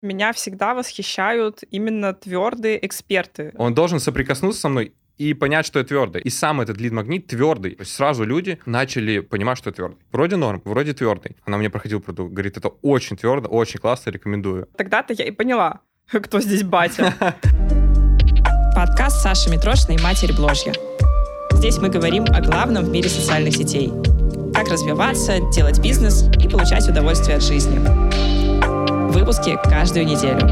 Меня всегда восхищают именно твердые эксперты. Он должен соприкоснуться со мной и понять, что я твердый. И сам этот лид-магнит твердый. То есть сразу люди начали понимать, что я твердый. Вроде норм, вроде твердый. Она мне проходила продукт, говорит, это очень твердо, очень классно, рекомендую. Тогда-то я и поняла, кто здесь батя. Подкаст Саши Митрошиной «Матерь Бложья». Здесь мы говорим о главном в мире социальных сетей. Как развиваться, делать бизнес и получать удовольствие от жизни. Выпуски каждую неделю.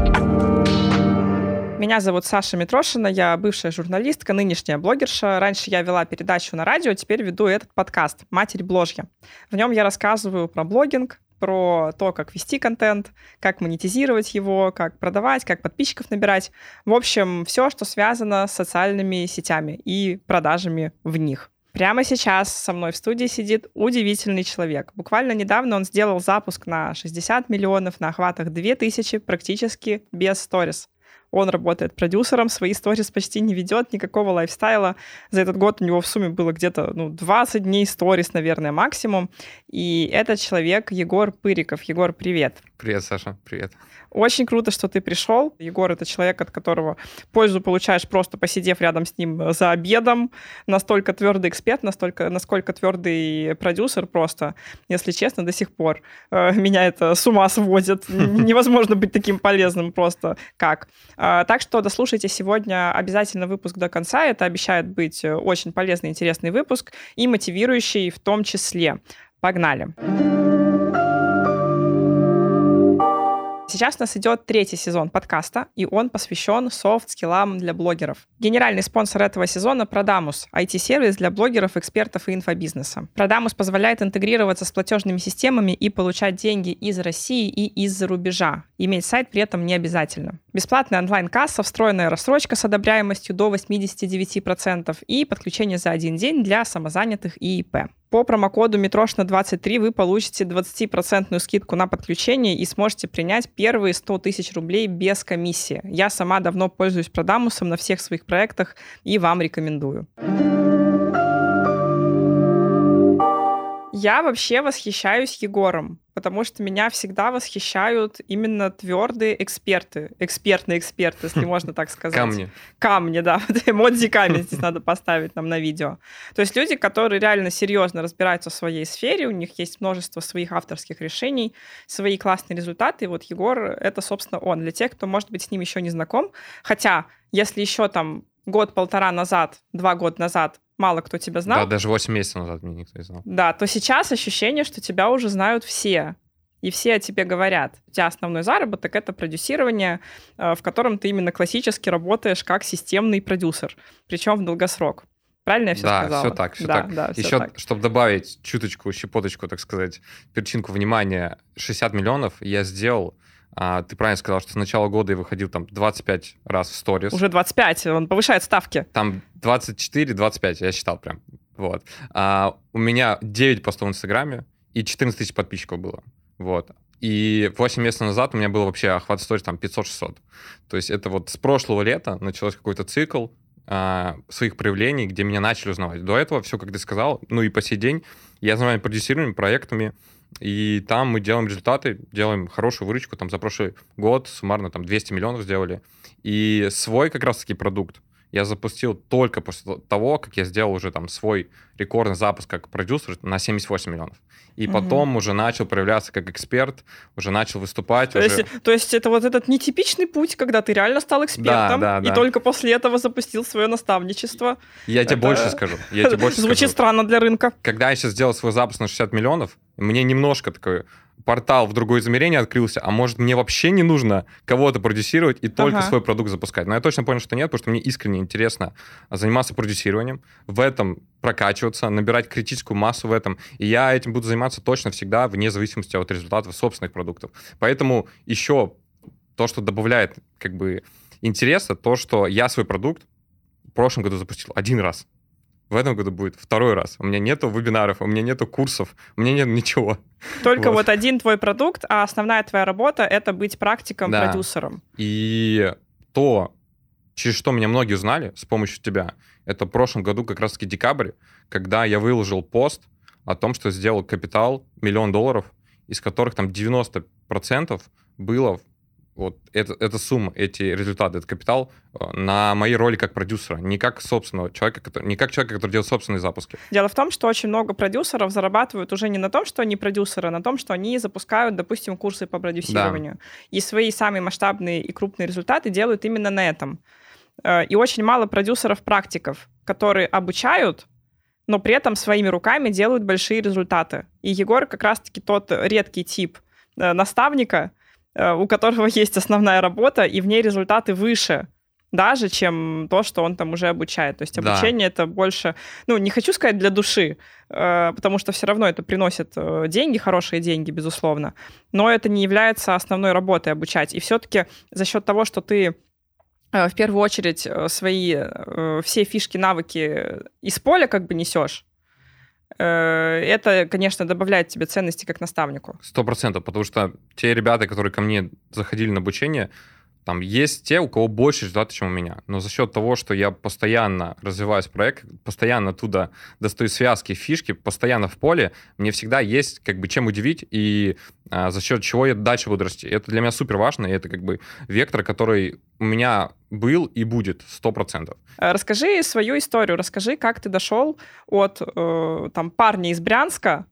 Меня зовут Саша Митрошина, я бывшая журналистка, нынешняя блогерша. Раньше я вела передачу на радио, теперь веду этот подкаст «Матерь Бложья». В нем я рассказываю про блогинг, про то, как вести контент, как монетизировать его, как продавать, как подписчиков набирать. В общем, все, что связано с социальными сетями и продажами в них. Прямо сейчас со мной в студии сидит удивительный человек. Буквально недавно он сделал запуск на 60 миллионов, на охватах 2000, практически без сторис. Он работает продюсером, свои сторис почти не ведет, никакого лайфстайла. За этот год у него в сумме было где-то 20 дней сторис, наверное, максимум. И этот человек Егор Пыриков. Егор, привет. Привет, Саша, привет. Очень круто, что ты пришел. Егор — это человек, от которого пользу получаешь, просто посидев рядом с ним за обедом. Настолько твердый эксперт, насколько твердый продюсер просто. Если честно, до сих пор меня это с ума сводит. Невозможно быть таким полезным просто как. Так что дослушайте сегодня обязательно выпуск до конца. Это обещает быть очень полезный, интересный выпуск и мотивирующий в том числе. Погнали! Сейчас у нас идет 3-й сезон подкаста, и он посвящен софт-скиллам для блогеров. Генеральный спонсор этого сезона — Продамус, IT-сервис для блогеров, экспертов и инфобизнеса. Продамус позволяет интегрироваться с платежными системами и получать деньги из России и из-за рубежа. Иметь сайт при этом не обязательно. Бесплатная онлайн-касса, встроенная рассрочка с одобряемостью до 89% и подключение за один день для самозанятых и ИП. По промокоду Митрошина23 вы получите 20% скидку на подключение и сможете принять первые 100 тысяч рублей без комиссии. Я сама давно пользуюсь Продамусом на всех своих проектах и вам рекомендую. Я вообще восхищаюсь Егором, потому что меня всегда восхищают именно твердые эксперты. Экспертные эксперты, если можно так сказать. Камни, да. Эмодзи камень здесь надо поставить нам на видео. То есть люди, которые реально серьезно разбираются в своей сфере, у них есть множество своих авторских решений, свои классные результаты. И вот Егор — это, собственно, он. Для тех, кто, может быть, с ним еще не знаком. Хотя, если еще там год-полтора назад, 2 года назад мало кто тебя знал. Да, даже 8 месяцев назад меня никто не знал. Да, то сейчас ощущение, что тебя уже знают все. И все о тебе говорят. У тебя основной заработок — это продюсирование, в котором ты именно классически работаешь как системный продюсер, причем в долгосрок. Правильно я все сказала? Да, все так, все так. Да, еще, так. Чтобы добавить чуточку, щепоточку, так сказать, перчинку внимания, 60 миллионов я сделал. Ты правильно сказал, что с начала года я выходил там 25 раз в сторис. Уже 25, он повышает ставки. Там 24-25, я считал прям. Вот. У меня 9 постов в Инстаграме и 14 тысяч подписчиков было. Вот. И 8 месяцев назад у меня был вообще охват сторис там 500-600. То есть это вот с прошлого лета начался какой-то цикл своих проявлений, где меня начали узнавать. До этого все, как ты сказал, и по сей день я занимаюсь продюсированием, проектами, и там мы делаем результаты, делаем хорошую выручку. Там за прошлый год суммарно там 200 миллионов сделали. И свой как раз-таки продукт я запустил только после того, как я сделал уже там свой рекордный запуск как продюсер на 78 миллионов. И потом уже начал проявляться как эксперт, уже начал выступать. То есть это вот этот нетипичный путь, когда ты реально стал экспертом, и только после этого запустил свое наставничество. Я тебе больше скажу. Звучит странно для рынка. Когда я сейчас сделал свой запуск на 60 миллионов, мне немножко такой портал в другое измерение открылся, а может, мне вообще не нужно кого-то продюсировать и только свой продукт запускать. Но я точно понял, что нет, потому что мне искренне интересно заниматься продюсированием, в этом прокачиваться, набирать критическую массу в этом. И я этим буду заниматься точно всегда, вне зависимости от результатов собственных продуктов. Поэтому еще то, что добавляет как бы интереса, то, что я свой продукт в прошлом году запустил 1 раз. В этом году будет 2-й раз. У меня нету вебинаров, у меня нету курсов, у меня нет ничего. Только вот один твой продукт, а основная твоя работа — это быть практиком-продюсером. И то, через что меня многие узнали с помощью тебя, это в прошлом году как раз-таки декабрь, когда я выложил пост о том, что сделал капитал $1 000 000, из которых там 90% было вот эта сумма, эти результаты, этот капитал на моей роли как продюсера, не как собственного человека, не как человека, который делает собственные запуски. Дело в том, что очень много продюсеров зарабатывают уже не на том, что они продюсеры, а на том, что они запускают, допустим, курсы по продюсированию. Да. И свои самые масштабные и крупные результаты делают именно на этом. И очень мало продюсеров-практиков, которые обучают, но при этом своими руками делают большие результаты. И Егор как раз-таки тот редкий тип наставника, у которого есть основная работа, и в ней результаты выше даже, чем то, что он там уже обучает. То есть обучение это больше, не хочу сказать для души, потому что все равно это приносит деньги, хорошие деньги, безусловно, но это не является основной работой обучать. И все-таки за счет того, что ты в первую очередь свои все фишки, навыки из поля как бы несешь, это, конечно, добавляет тебе ценности как наставнику. 100%, потому что те ребята, которые ко мне заходили на обучение, там есть те, у кого больше результатов, чем у меня. Но за счет того, что я постоянно развиваюсь в проект, постоянно оттуда достаю связки, фишки, постоянно в поле, мне всегда есть как бы чем удивить, и за счет чего я дальше буду расти. Это для меня супер важно, и это как бы вектор, который у меня был и будет 100%. Расскажи свою историю, расскажи, как ты дошел от парня из Брянска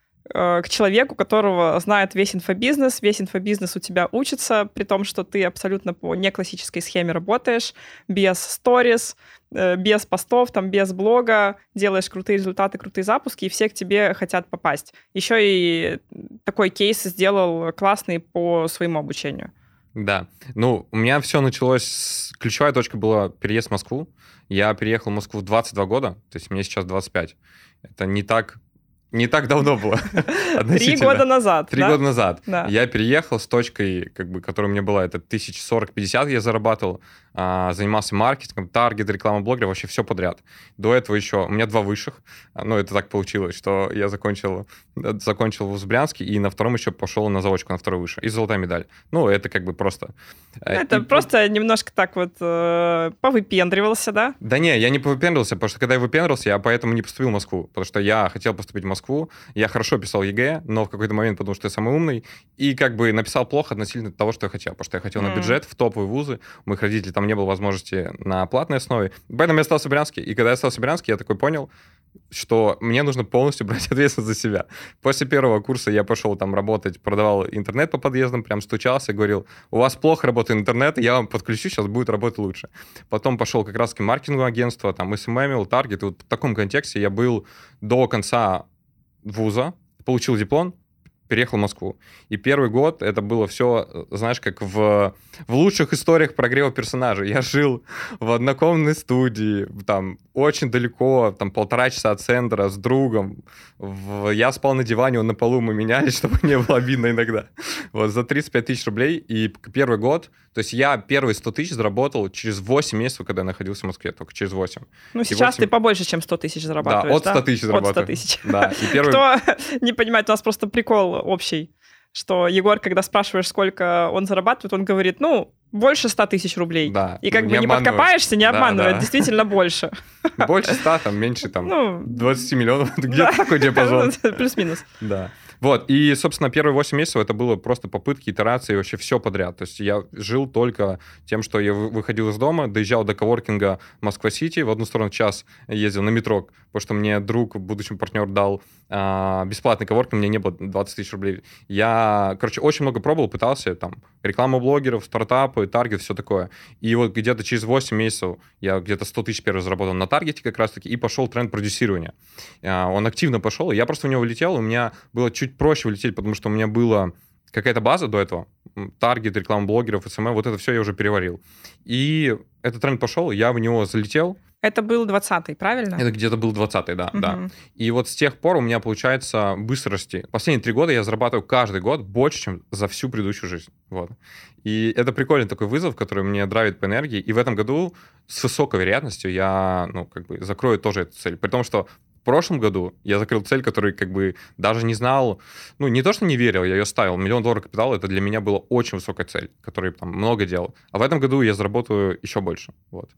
к человеку, которого знает весь инфобизнес у тебя учится, при том, что ты абсолютно по неклассической схеме работаешь, без сторис, без постов, без блога, делаешь крутые результаты, крутые запуски, и все к тебе хотят попасть. Еще и такой кейс сделал классный по своему обучению. Да. У меня все началось... Ключевая точка была переезд в Москву. Я переехал в Москву в 22 года, то есть мне сейчас 25. Это не так давно было. 3 года назад. 3 года назад. Да. Я переехал с точкой, которая у меня была, это 1040-50 я зарабатывал, занимался маркетингом, таргет, реклама блогера, вообще все подряд. До этого еще у меня 2 высших. Это так получилось, что я закончил вуз в Брянске и на втором еще пошел на заочку, на второй высший. И золотая медаль. Это как бы просто... Это просто немножко так вот повыпендривался, да? Да не, я не повыпендривался, потому что когда я выпендривался, я поэтому не поступил в Москву, потому что я хотел поступить в Москву, я хорошо писал ЕГЭ, но в какой-то момент, потому что я самый умный, и как бы написал плохо относительно того, что я хотел, потому что я хотел на бюджет, в топовые вузы, у моих родителей там не было возможности на платной основе, поэтому я остался в Брянске, и когда я остался в Брянске, я такой понял, что мне нужно полностью брать ответственность за себя. После первого курса я пошел там работать, продавал интернет по подъездам, прям стучался, говорил, у вас плохо работает интернет, я вам подключу, сейчас будет работать лучше. Потом пошел как раз к маркетинговому агентству, там, SMM, таргет, и вот в таком контексте я был до конца вуза, получил диплом, переехал в Москву. И первый год это было все, знаешь, как в лучших историях прогрева персонажей. Я жил в однокомнатной студии, там, очень далеко, там, 1,5 часа от центра с другом. Я спал на диване, он на полу, мы менялись, чтобы не было обидно иногда. Вот, за 35 тысяч рублей. И первый год, то есть я первые 100 тысяч заработал через 8 месяцев, когда я находился в Москве, только через 8. Сейчас 8... ты побольше, чем 100 тысяч зарабатываешь, да? От 100 тысяч зарабатываю. От 100 тысяч. Да. И первый... Кто не понимает, у нас просто прикол общий, что Егор, когда спрашиваешь, сколько он зарабатывает, он говорит, больше 100 тысяч рублей. Да. И как бы не подкопаешься, не обманывает, действительно больше. Больше 100, там, меньше, там, 20 миллионов, где-то такой диапазон. Плюс-минус. Да. Вот, и, собственно, первые 8 месяцев это было просто попытки, итерации, вообще все подряд. То есть я жил только тем, что я выходил из дома, доезжал до коворкинга Москва-Сити, в одну сторону час ездил на метро, потому что мне друг, будущий партнер, дал бесплатный коворкинг, мне не было 20 тысяч рублей. Я, очень много пробовал, пытался, там, рекламу блогеров, стартапы, таргет, все такое. И вот где-то через 8 месяцев я где-то 100 тысяч первый заработал на таргете как раз-таки, и пошел тренд продюсирования. Он активно пошел, и я просто в него влетел, у меня было чуть проще влететь, потому что у меня была какая-то база до этого, таргет, реклама блогеров, SMM, вот это все я уже переварил. И этот тренд пошел, я в него залетел. Это был 20-й, правильно? Это где-то был 20-й, да, да. И вот с тех пор у меня получается быстро расти. Последние 3 года я зарабатываю каждый год больше, чем за всю предыдущую жизнь. Вот. И это прикольный такой вызов, который мне драйвит по энергии. И в этом году с высокой вероятностью я, закрою тоже эту цель. При том, что в прошлом году я закрыл цель, которую даже не знал, не то, что не верил, я ее ставил. $1 миллион капитала, это для меня была очень высокая цель, которой там много делал. А в этом году я заработаю еще больше. Вот.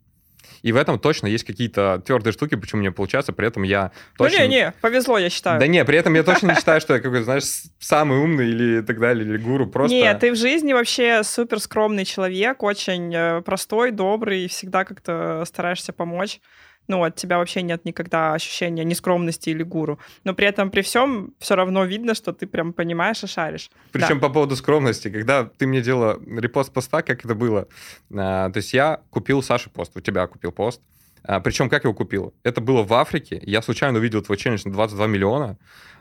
И в этом точно есть какие-то твердые штуки, почему мне получается, при этом я точно... Ну, не, повезло, я считаю. Да не, при этом я точно не считаю, что я какой-то, знаешь, самый умный или так далее, или гуру, просто... Нет, ты в жизни вообще супер скромный человек, очень простой, добрый, и всегда как-то стараешься помочь. Ну, от тебя вообще нет никогда ощущения нескромности или гуру. Но при этом, при всем, все равно видно, что ты прям понимаешь и шаришь. Причем по поводу скромности, когда ты мне делала репост поста, как это было? То есть я купил Саше пост, у тебя купил пост. Причем как я его купил? Это было в Африке, я случайно увидел твой челлендж на 22 миллиона.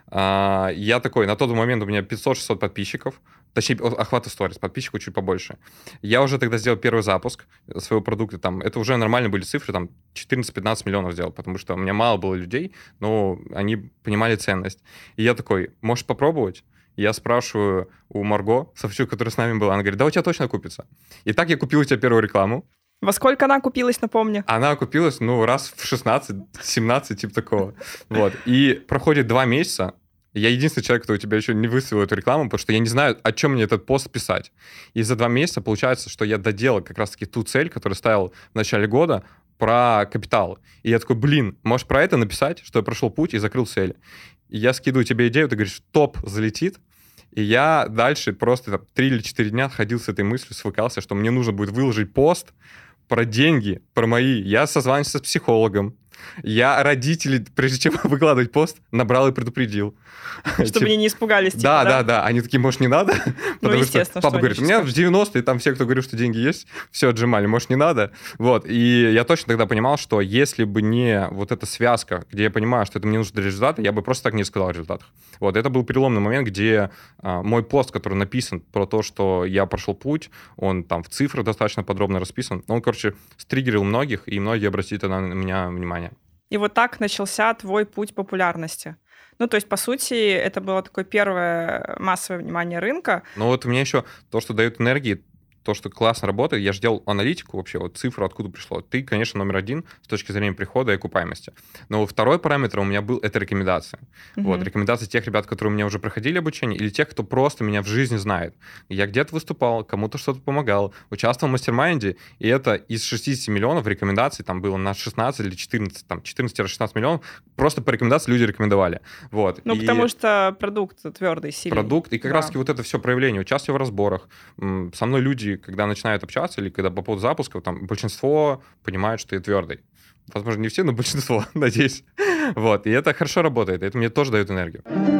Я такой, на тот момент у меня 500-600 подписчиков, точнее, охвата сторис, подписчиков чуть побольше. Я уже тогда сделал первый запуск своего продукта, там, это уже нормально были цифры, там, 14-15 миллионов сделал, потому что у меня мало было людей, но они понимали ценность. И я такой, можешь попробовать? Я спрашиваю у Марго, Савчук, которая с нами была, она говорит, да у тебя точно купится. И так я купил у тебя первую рекламу. Во сколько она купилась, напомни? Она окупилась, раз в 16-17, типа такого. Вот. И проходит 2 месяца. Я единственный человек, кто у тебя еще не выставил эту рекламу, потому что я не знаю, о чем мне этот пост писать. И за 2 месяца получается, что я доделал как раз-таки ту цель, которую ставил в начале года, про капитал. И я такой, можешь про это написать, что я прошел путь и закрыл цель. И я скидываю тебе идею, ты говоришь, топ, залетит. И я дальше просто 3 или 4 дня ходил с этой мыслью, свыкался, что мне нужно будет выложить пост про деньги, про мои. Я созванивался с психологом. Я родителей, прежде чем выкладывать пост, набрал и предупредил. Чтобы они не испугались тебя, да. Они такие, может, не надо? Потому естественно, что папа говорит, у меня в 90-е там все, кто говорил, что деньги есть, все отжимали, может, не надо? Вот. И я точно тогда понимал, что если бы не вот эта связка, где я понимаю, что это мне нужно для результата, я бы просто так не сказал о результатах. Вот. Это был переломный момент, где мой пост, который написан про то, что я прошел путь, он там в цифрах достаточно подробно расписан, он, стриггерил многих, и многие обратили на меня внимание. И вот так начался твой путь популярности. Ну, то есть, по сути, это было такое первое массовое внимание рынка. Ну, вот у меня еще то, что дает энергии, то, что классно работает, я же делал аналитику вообще, вот цифру, откуда пришло. Ты, конечно, номер 1 с точки зрения прихода и окупаемости. Но второй параметр у меня был, это рекомендации. Вот, рекомендации тех ребят, которые у меня уже проходили обучение, или тех, кто просто меня в жизни знает. Я где-то выступал, кому-то что-то помогал, участвовал в мастер-майнде, и это из 60 миллионов рекомендаций, там было на 16 или 14, там 14-16 миллионов, просто по рекомендации люди рекомендовали. Вот. Ну, потому что продукт твердый, сильный. Продукт, и как раз-таки вот это все проявление, участие в разборах. Со мной люди, когда начинают общаться, или когда по поводу запуска, там большинство понимают, что я твердый. Возможно, не все, но большинство, надеюсь. Вот, и это хорошо работает, это мне тоже дает энергию.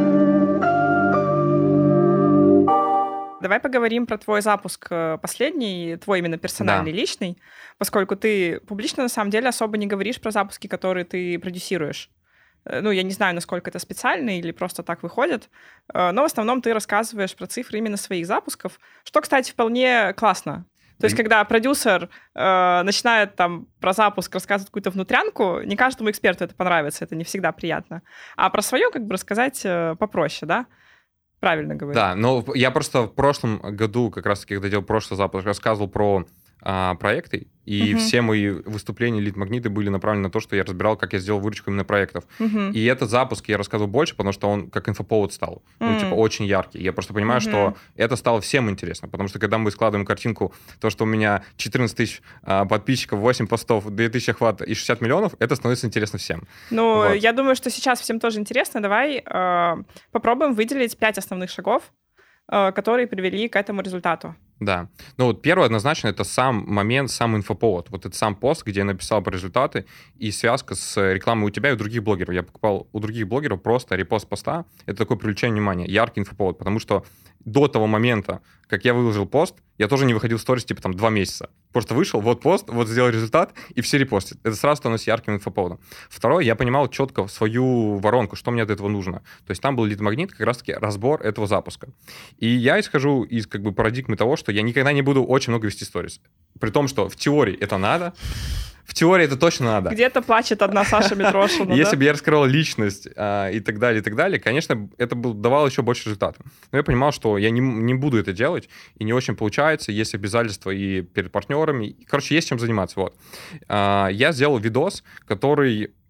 Давай поговорим про твой запуск последний, твой именно персональный, личный, поскольку ты публично, на самом деле, особо не говоришь про запуски, которые ты продюсируешь. Ну, я не знаю, насколько это специально или просто так выходит, но в основном ты рассказываешь про цифры именно своих запусков, что, кстати, вполне классно. То есть, когда продюсер начинает там про запуск рассказывать какую-то внутрянку, не каждому эксперту это понравится, это не всегда приятно. А про свое как бы рассказать попроще, да? Правильно говорю. Да, но я просто в прошлом году, как раз-таки, когда делал прошлый запуск, рассказывал про проекты, и все мои выступления лид-магниты были направлены на то, что я разбирал, как я сделал выручку именно проектов. И этот запуск я рассказывал больше, потому что он как инфоповод стал. Ну, типа, очень яркий. Я просто понимаю, что это стало всем интересно, потому что когда мы складываем картинку, то, что у меня 14 тысяч подписчиков, 8 постов, 2000 охвата и 60 миллионов, это становится интересно всем. Ну, вот. Я думаю, что сейчас всем тоже интересно. Давай попробуем выделить 5 основных шагов, которые привели к этому результату. Да. Ну вот первое однозначно это сам момент, сам инфоповод. Вот это сам пост, где я написал про результаты и связка с рекламой у тебя и у других блогеров. Я покупал у других блогеров просто репост поста. Это такое привлечение внимания, яркий инфоповод. Потому что до того момента, как я выложил пост, я тоже не выходил в сторис типа там 2 месяца. Просто вышел, вот пост, вот сделал результат, и все репостят. Это сразу становится ярким инфоповодом. Второе, я понимал четко свою воронку, что мне от этого нужно. То есть там был лид-магнит, как раз-таки разбор этого запуска. И я исхожу из как бы парадигмы того, что я никогда не буду очень много вести сторис. При том, что в теории это надо, в теории это точно надо. Где-то плачет одна Саша Митрошина. Если бы я раскрывал личность и так далее, конечно, это давало еще больше результата. Но я понимал, что я не буду это делать, и не очень получается, есть обязательства и перед партнерами. Короче, есть чем заниматься. Вот. Я сделал видос, который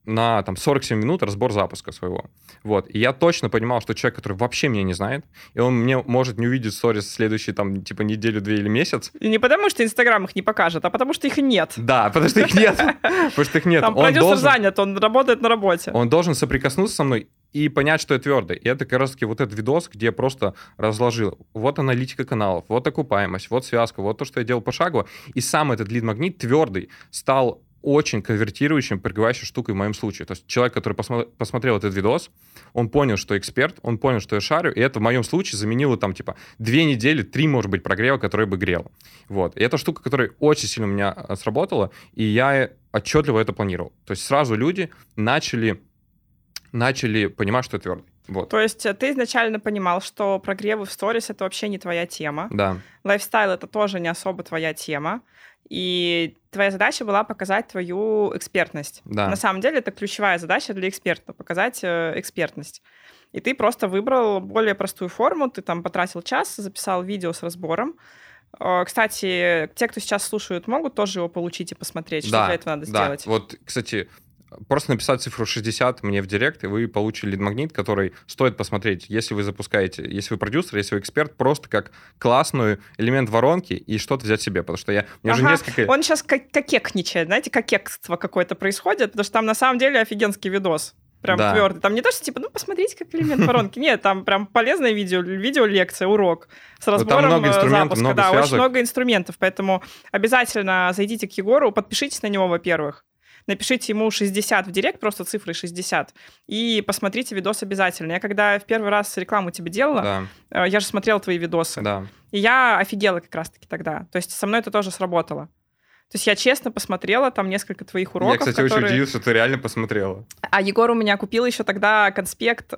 на там, 47 минут разбор запуска своего. Вот. И я точно понимал, что человек, который вообще меня не знает, и он мне может не увидеть сторис следующие, там, типа, неделю, 2 или месяц. И не потому, что Инстаграм их не покажет, а потому, что их нет. Да, потому что их нет. Потому что их нет. Там продюсер занят, он работает на работе. Он должен соприкоснуться со мной и понять, что я твердый. И это как раз-таки вот этот видос, где я просто разложил. Вот аналитика каналов, вот окупаемость, вот связка, вот то, что я делал пошагово. И сам этот лид-магнит твердый стал очень конвертирующим, пригревающей штукой в моем случае. То есть человек, который посмотрел этот видос, он понял, что эксперт, он понял, что я шарю, и это в моем случае заменило там типа 2 недели, 3, может быть, прогрева, который бы грел. Вот. И это штука, которая очень сильно у меня сработала, и я отчетливо это планировал. То есть сразу люди начали понимать, что я твердый. Вот. То есть ты изначально понимал, что прогревы в сторис — это вообще не твоя тема. Да. Лайфстайл — это тоже не особо твоя тема. И твоя задача была показать твою экспертность. Да. На самом деле это ключевая задача для эксперта — показать экспертность. И ты просто выбрал более простую форму, ты там потратил час, записал видео с разбором. Кстати, те, кто сейчас слушают, могут тоже его получить и посмотреть, что для этого надо сделать. Вот, кстати, просто написать цифру 60 мне в директ, и вы получите лид-магнит, который стоит посмотреть, если вы запускаете, если вы продюсер, если вы эксперт, просто как классный элемент воронки и что-то взять себе, потому что мне уже несколько... Он сейчас кокекничает, знаете, кокекство какое-то происходит, потому что там на самом деле офигенский видос. Прям твердый. Там не то, что типа, посмотрите, как элемент воронки. Нет, там прям полезное видеолекция, урок с разбором много инструментов, запуска. много связок. Очень много инструментов, поэтому обязательно зайдите к Егору, подпишитесь на него, во-первых. Напишите ему 60 в директ, просто цифрой 60, и посмотрите видос обязательно. Я когда в первый раз рекламу тебе делала, я же смотрела твои видосы, и я офигела как раз-таки тогда. То есть со мной это тоже сработало. То есть я честно посмотрела там несколько твоих уроков. Я, кстати, очень удивился, что ты реально посмотрела. А Егор у меня купил еще тогда конспект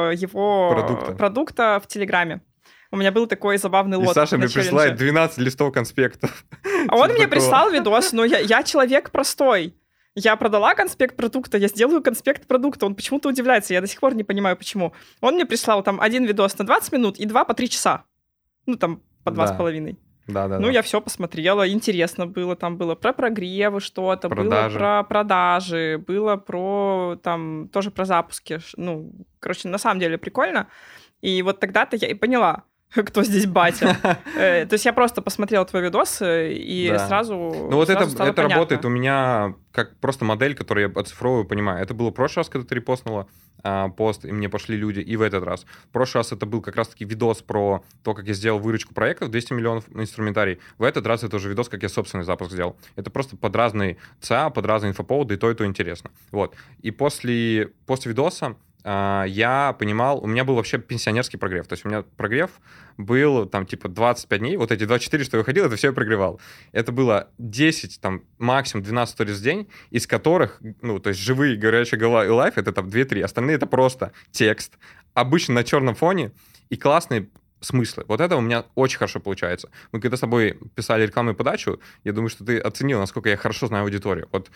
его продукта в Телеграме. У меня был такой забавный лот. И Саша мне присылает 12 листов конспектов. А он мне прислал видос, но я человек простой. Я продала конспект продукта, я сделаю конспект продукта. Он почему-то удивляется, я до сих пор не понимаю, почему. Он мне прислал там один видос на 20 минут и 2 по 3 часа. Ну, там, по 2,5. Да. Я все посмотрела, интересно было. Там было про прогревы что-то, продажи. Было про продажи, было про, там, тоже про запуски. Ну, короче, на самом деле прикольно. И вот тогда-то я и поняла, кто здесь батя. То есть я просто посмотрела твой видос и сразу Ну вот это работает у меня как просто модель, которую я оцифровываю, понимаю. Это было в прошлый раз, когда ты репостнула пост, и мне пошли люди, и в этот раз. В прошлый раз это был как раз-таки видос про то, как я сделал выручку проектов, 200 миллионов на инструментарий. В этот раз это уже видос, как я собственный запуск сделал. Это просто под разные ЦА, под разные инфоповоды, и то интересно. Вот. И после видоса я понимал, у меня был вообще пенсионерский прогрев. То есть у меня прогрев был там типа 25 дней, вот эти 24, что я выходил, это все я прогревал. Это было 10, там максимум 12 сторис в день, из которых, ну, то есть живые, горячая голова и лайф, это там 2-3, остальные это просто текст, обычно на черном фоне и классные смыслы. Вот это у меня очень хорошо получается. Мы когда с тобой писали рекламную подачу, я думаю, что ты оценил, насколько я хорошо знаю аудиторию. Вот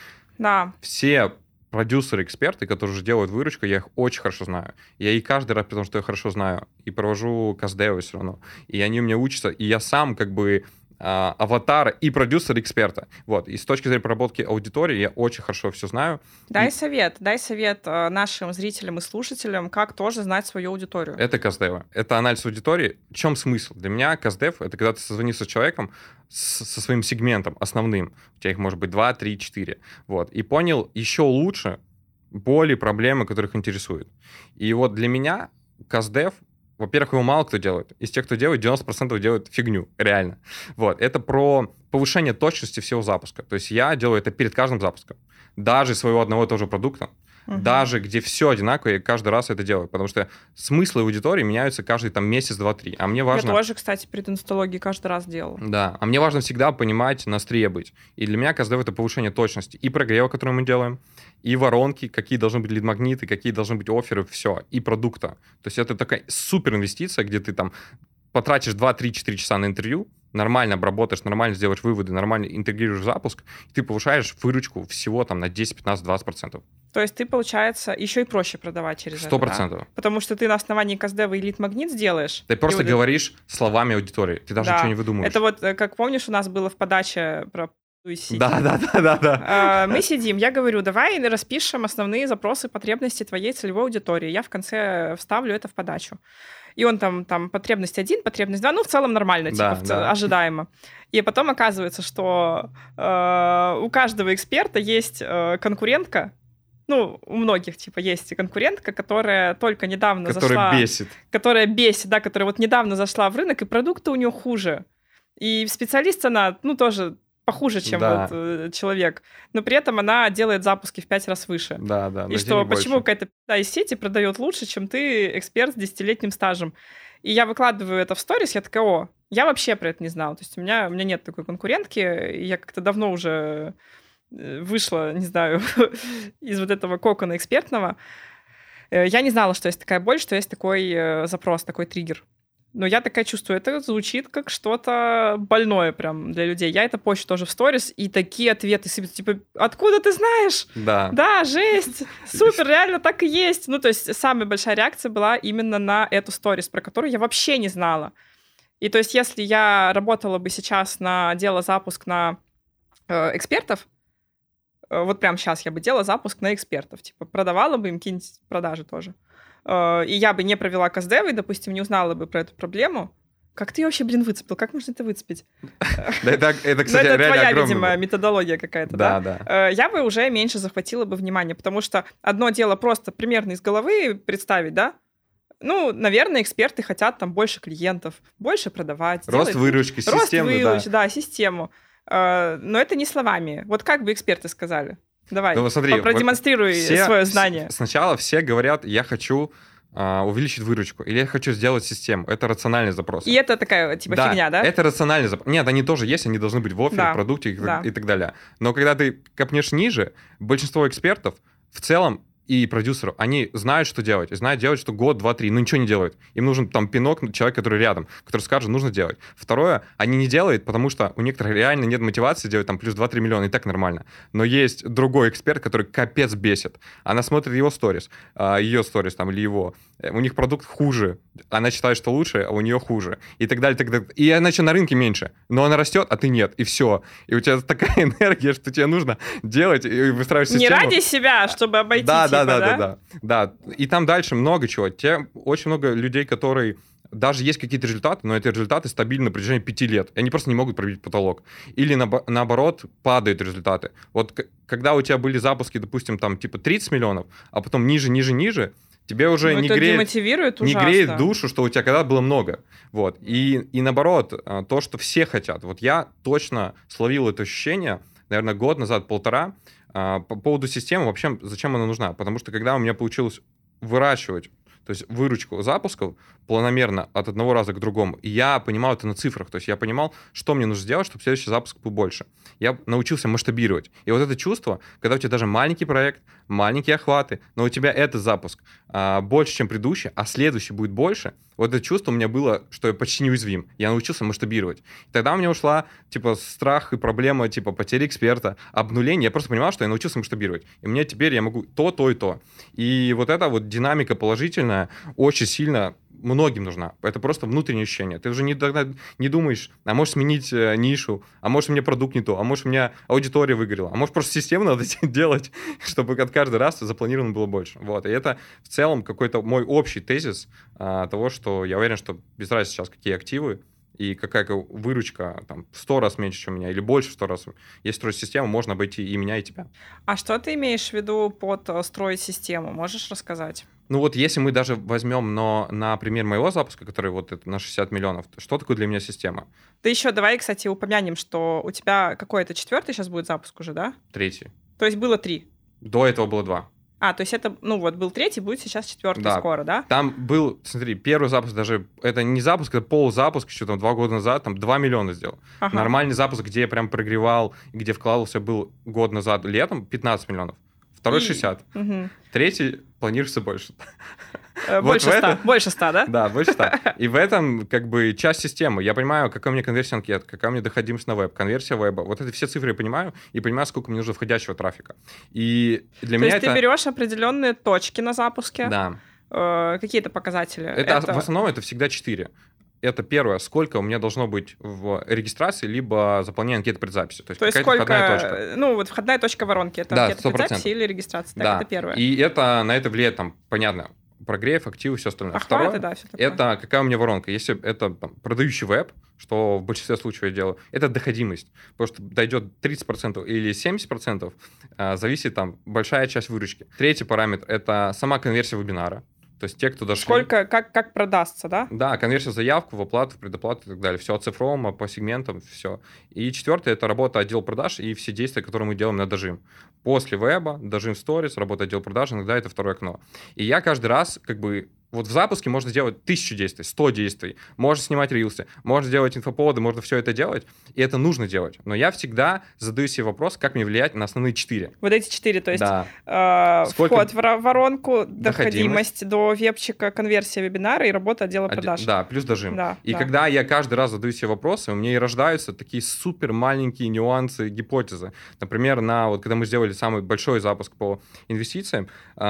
все продюсеры, эксперты, которые уже делают выручку, я их очень хорошо знаю. Я и каждый раз, потому что я хорошо знаю, и провожу каздевы все равно. И они у меня учатся, и я сам как бы аватар и продюсер эксперта. Вот. И с точки зрения проработки аудитории я очень хорошо все знаю. Дай совет нашим зрителям и слушателям, как тоже знать свою аудиторию. Это каздева. Это анализ аудитории. В чем смысл? Для меня каздев — это когда ты созвонился с человеком, со своим сегментом основным. У тебя их может быть 2, 3, 4. Вот. И понял еще лучше боли, проблемы, которых интересуют. И вот для меня каздев, во-первых, его мало кто делает. Из тех, кто делает, 90% делают фигню, реально. Вот. Это про повышение точности всего запуска. То есть я делаю это перед каждым запуском. Даже своего одного и того же продукта. Даже где все одинаково, я каждый раз это делаю. Потому что смыслы аудитории меняются каждый там месяц, 2, 3. А мне важно... Я тоже, кстати, перед инсталогией каждый раз делала. Да. А мне важно всегда понимать, на острие быть. И для меня каздев — это повышение точности. И прогрева, который мы делаем, и воронки, какие должны быть лид-магниты, какие должны быть офферы, все. И продукта. То есть это такая супер инвестиция, где ты там потратишь 2, 3, 4 часа на интервью, нормально обработаешь, нормально сделаешь выводы, нормально интегрируешь запуск, и ты повышаешь выручку всего там на 10, 15, 20%. То есть ты, получается, еще и проще продавать через 100%. Это, да? Потому что ты на основании каздева и лид-магнит сделаешь. Ты просто говоришь словами аудитории, ты даже ничего не выдумываешь. Это вот, как помнишь, у нас было в подаче про сидим. Да. Мы сидим, я говорю, давай распишем основные запросы, потребности твоей целевой аудитории. Я в конце вставлю это в подачу. И он там потребность 1, потребность 2, в целом нормально, ожидаемо. И потом оказывается, что у каждого эксперта есть конкурентка, у многих, есть конкурентка, которая только недавно зашла... Которая бесит, да, которая вот недавно зашла в рынок, и продукты у нее хуже. И специалист она, тоже похуже, чем человек. Но при этом она делает запуски в 5 раз выше. Да. И что, почему какая-то из сети продает лучше, чем ты, эксперт с 10-летним стажем. И я выкладываю это в сторис, я такая, я вообще про это не знала. То есть у меня нет такой конкурентки, и я как-то давно уже... вышла, не знаю, из вот этого кокона экспертного. Я не знала, что есть такая боль, что есть такой запрос, такой триггер. Но я такая чувствую, это звучит как что-то больное прям для людей. Я это пощу тоже в сторис, и такие ответы сыпятся, типа, откуда ты знаешь? Да, жесть, супер, реально так и есть. То есть самая большая реакция была именно на эту сторис, про которую я вообще не знала. И то есть если я работала бы сейчас делала запуск на экспертов, вот прямо сейчас я бы делала запуск на экспертов, продавала бы им какие-нибудь продажи тоже. И я бы не провела каздев, и, допустим, не узнала бы про эту проблему. Как ты ее вообще, выцепил? Как можно это выцепить? Это, кстати, это реально твоя, огромный... видимо, методология какая-то, да? Я бы уже меньше захватила бы внимание, потому что одно дело просто примерно из головы представить, да? Наверное, эксперты хотят там больше клиентов, больше продавать. Рост выручки, систему, да, систему. Но это не словами. Вот как бы эксперты сказали? Давай, смотри, продемонстрируй свое знание. Сначала все говорят, я хочу увеличить выручку, или я хочу сделать систему. Это рациональный запрос. И это такая, фигня, да? Это рациональный запрос. Нет, они тоже есть, они должны быть в оффере, в продукте и так далее. Но когда ты копнешь ниже, большинство экспертов в целом и продюсеру, они знают, что делать, и знают делать, что год, 2, 3, ничего не делают. Им нужен пинок, человек, который рядом, который скажет, нужно делать. Второе, они не делают, потому что у некоторых реально нет мотивации делать плюс 2-3 миллиона, и так нормально. Но есть другой эксперт, который капец бесит. Она смотрит его сторис, ее сторис или его. У них продукт хуже. Она считает, что лучше, а у нее хуже. И так далее, так далее. И иначе на рынке меньше. Но она растет, а ты нет. И все. И у тебя такая энергия, что тебе нужно делать и выстраивать систему. Не ради себя, чтобы обойти Да. И там дальше много чего. Очень много людей, которые... Даже есть какие-то результаты, но эти результаты стабильны на протяжении 5 лет. И они просто не могут пробить потолок. Или наоборот, падают результаты. Вот когда у тебя были запуски, допустим, 30 миллионов, а потом ниже, тебе уже не греет душу, что у тебя когда было много. Вот. И наоборот, то, что все хотят. Вот я точно словил это ощущение, наверное, год назад, 1,5, по поводу системы. Вообще, зачем она нужна? Потому что когда у меня получилось выращивать, то есть выручку запусков планомерно от одного раза к другому, и я понимал это на цифрах, то есть я понимал, что мне нужно сделать, чтобы следующий запуск был больше. Я научился масштабировать. И вот это чувство, когда у тебя даже маленький проект, маленькие охваты, но у тебя этот запуск больше, чем предыдущий, а следующий будет больше, вот это чувство у меня было, что я почти неуязвим. Я научился масштабировать. И тогда у меня ушла, страх и проблема, потери эксперта, обнуление. Я просто понимал, что я научился масштабировать. И мне теперь я могу то и то. И вот эта вот динамика положительная очень сильно многим нужна. Это просто внутреннее ощущение. Ты уже не думаешь, а можешь сменить нишу, а может, у меня продукт не то, а может, у меня аудитория выгорела, а может, просто систему надо делать, чтобы от каждый раз запланировано было больше. Вот. И это в целом какой-то мой общий тезис того, что я уверен, что без разницы сейчас какие активы, и какая выручка в 100 раз меньше, чем у меня, или больше в 100 раз. Если строить систему, можно обойти и меня, и тебя. А что ты имеешь в виду под строить систему? Можешь рассказать? Вот если мы даже возьмем, на пример моего запуска, который вот это на 60 миллионов, что такое для меня система? Ты еще давай, кстати, упомянем, что у тебя какой-то 4-й сейчас будет запуск уже, да? 3-й. То есть было 3? До этого было 2. То есть это, был 3-й, будет сейчас 4-й скоро, да? Там был, смотри, первый запуск даже, это не запуск, это полузапуск, еще 2 года назад, 2 миллиона сделал. Ага. Нормальный запуск, где я прям прогревал, где вкладывался, был год назад летом, 15 миллионов. Второй 60. Угу. 3-й планируется больше. Больше 100, больше 100, да? Да, больше 100. И в этом часть системы. Я понимаю, какая у меня конверсия анкет, какая у меня доходимость на веб, конверсия веба. Вот это все цифры я понимаю, и понимаю, сколько мне нужно входящего трафика. И для меня это... То есть ты берешь определенные точки на запуске? Да. Какие-то показатели? В основном это всегда 4. это первое, сколько у меня должно быть в регистрации, либо заполнение анкеты предзаписи. То есть сколько, входная точка. Ну, вот входная точка воронки, это да, анкета 100%. предзаписи или регистрация? Так, да. это первое. И на это влияет, там, понятно, прогрев, активы, все остальное. Охваты, Второе, да, все такое. это какая у меня воронка. Если это там, продающий веб, что в большинстве случаев я делаю, это доходимость. Потому что дойдет 30% или 70%, зависит там большая часть выручки. Третий параметр — это сама конверсия вебинара. То есть те, кто дошли... Сколько, как продастся, да? Да, конверсия в заявку, в оплату, в предоплату и так далее. Все оцифровано по сегментам, все. И четвертое — это работа отдела продаж и все действия, которые мы делаем на дожим. После веба, дожим в сторис, работа отдела продаж, иногда это второе окно. И я каждый раз как бы... Вот в запуске можно сделать 1000 действий, 100 действий, можно снимать рилсы, можно делать инфоповоды, можно все это делать, и это нужно делать. Но я всегда задаю себе вопрос, как мне влиять на основные 4. Вот эти 4, то есть да. вход в воронку, доходимость до вебчика, конверсия вебинара и работа отдела продаж. Да, плюс дожим. Да, и когда я каждый раз задаю себе вопросы, у меня и рождаются такие супер маленькие нюансы, гипотезы. Например, когда мы сделали самый большой запуск по инвестициям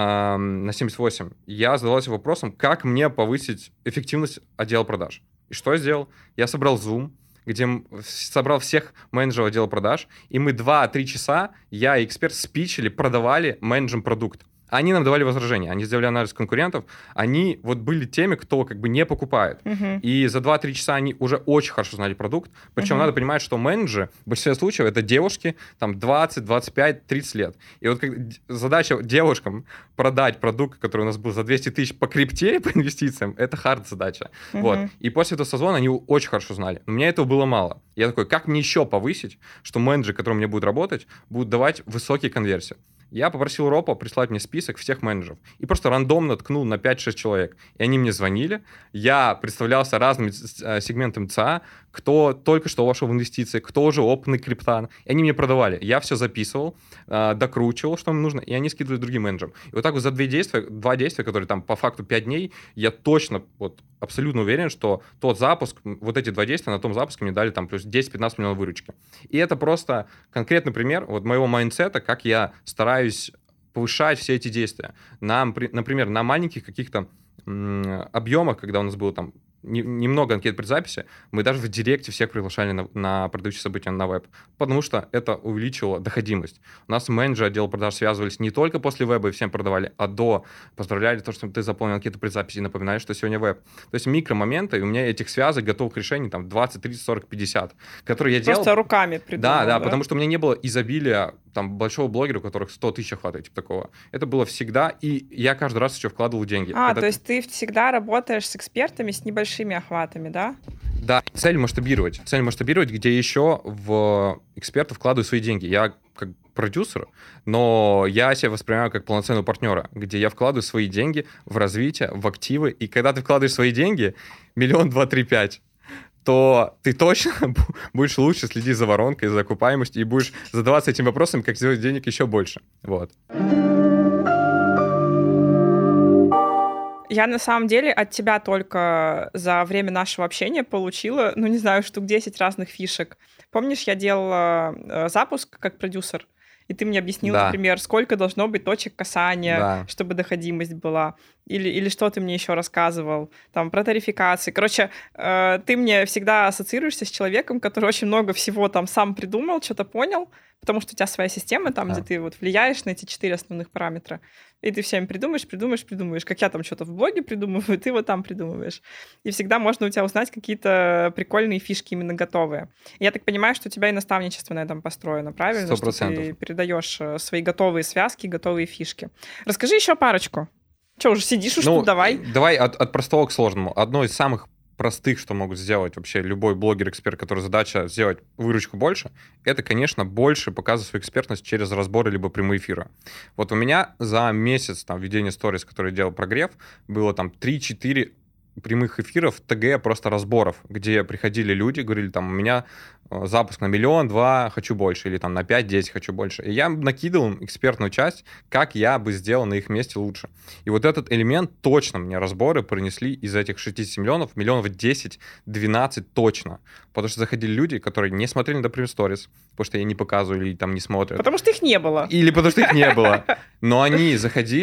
на 78, я задавался вопросом, как мне повысить эффективность отдела продаж. И что я сделал? Я собрал Zoom, где собрал всех менеджеров отдела продаж, и мы 2-3 часа, я и эксперт, спичили, продавали менеджерам продукт. Они нам давали возражения, они сделали анализ конкурентов, они вот были теми, кто как бы не покупает. И за 2-3 часа они уже очень хорошо знали продукт, причем надо понимать, что менеджеры в большинстве случаев это девушки там 20, 25, 30 лет. И вот задача девушкам продать продукт, который у нас был за 200 тысяч по крипте, по инвестициям, это хард задача. Вот. И после этого созвона они очень хорошо знали. Но мне этого было мало. Я такой, как мне еще повысить, что менеджеры, которые у меня будут работать, будут давать высокие конверсии? Я попросил Ропа прислать мне список всех менеджеров. И просто рандомно ткнул на 5-6 человек. И они мне звонили. Я представлялся разными сегментами ЦА, кто только что вошел в инвестиции, кто уже опытный криптан. И они мне продавали. Я все записывал, докручивал, что им нужно, и они скидывали другим менеджерам. И вот так вот за 2 действия, которые там по факту 5 дней, я точно, вот абсолютно уверен, что тот запуск, вот эти 2 действия на том запуске мне дали там плюс 10-15 миллионов выручки. И это просто конкретный пример вот моего майндсета, как я стараюсь повышать все эти действия. Например, на маленьких каких-то объемах, когда у нас было там немного анкет предзаписи, мы даже в директе всех приглашали на продающие события на веб, потому что это увеличивало доходимость. У нас менеджеры отдела продаж связывались не только после веба и всем продавали, а до. Поздравляли то, что ты заполнил анкету предзаписи и напоминали, что сегодня веб. То есть микромоменты, и у меня этих связок, готовых решений там 20, 30, 40, 50, которые я делал... Просто руками придумал, да, потому что у меня не было изобилия там большого блогера, у которых 100 тысяч охватывает, типа такого. Это было всегда, и я каждый раз еще вкладывал деньги. То есть ты всегда работаешь с экспертами с небольшими охватами, да? Да, цель масштабировать, где еще в экспертов вкладываю свои деньги. Я как продюсер, но я себя воспринимаю как полноценного партнера, где я вкладываю свои деньги в развитие, в активы, и когда ты вкладываешь свои деньги, 1, 2, 3, 5, то ты точно будешь лучше следить за воронкой, за окупаемостью, и будешь задаваться этим вопросом, как сделать денег еще больше. Вот. Я, на самом деле, от тебя только за время нашего общения получила, не знаю, штук 10 разных фишек. Помнишь, я делала запуск как продюсер, и ты мне объяснил, например, сколько должно быть точек касания, чтобы доходимость была. Или что ты мне еще рассказывал, там, про тарификации. Короче, ты мне всегда ассоциируешься с человеком, который очень много всего там сам придумал, что-то понял, потому что у тебя своя система там, где ты вот влияешь на эти 4 основных параметра, и ты всеми придумываешь, как я там что-то в блоге придумываю, ты вот там придумываешь. И всегда можно у тебя узнать какие-то прикольные фишки именно готовые. Я так понимаю, что у тебя и наставничество на этом построено, правильно? 100%. Что ты передаешь свои готовые связки, готовые фишки. Расскажи еще парочку. Че, уже сидишь уж тут, давай. Давай от простого к сложному. Одно из самых простых, что могут сделать вообще любой блогер-эксперт, который задача сделать выручку больше, это, конечно, больше показывать свою экспертность через разборы либо прямые эфиры. Вот у меня за месяц там ведения сторис, который я делал прогрев, было там 3-4 прямых эфиров, ТГ просто разборов, где приходили люди, говорили, там, у меня запуск на 1 200 000, хочу больше, или там на 5-10 хочу больше. И я накидывал им экспертную часть, как я бы сделал на их месте лучше. И вот этот элемент точно мне разборы принесли из этих 60 миллионов 10-12 точно. Потому что заходили люди, которые не смотрели, например, сторис, потому что я не показываю или там не смотрят. Потому что их не было. Или потому что их не было. Но они заходили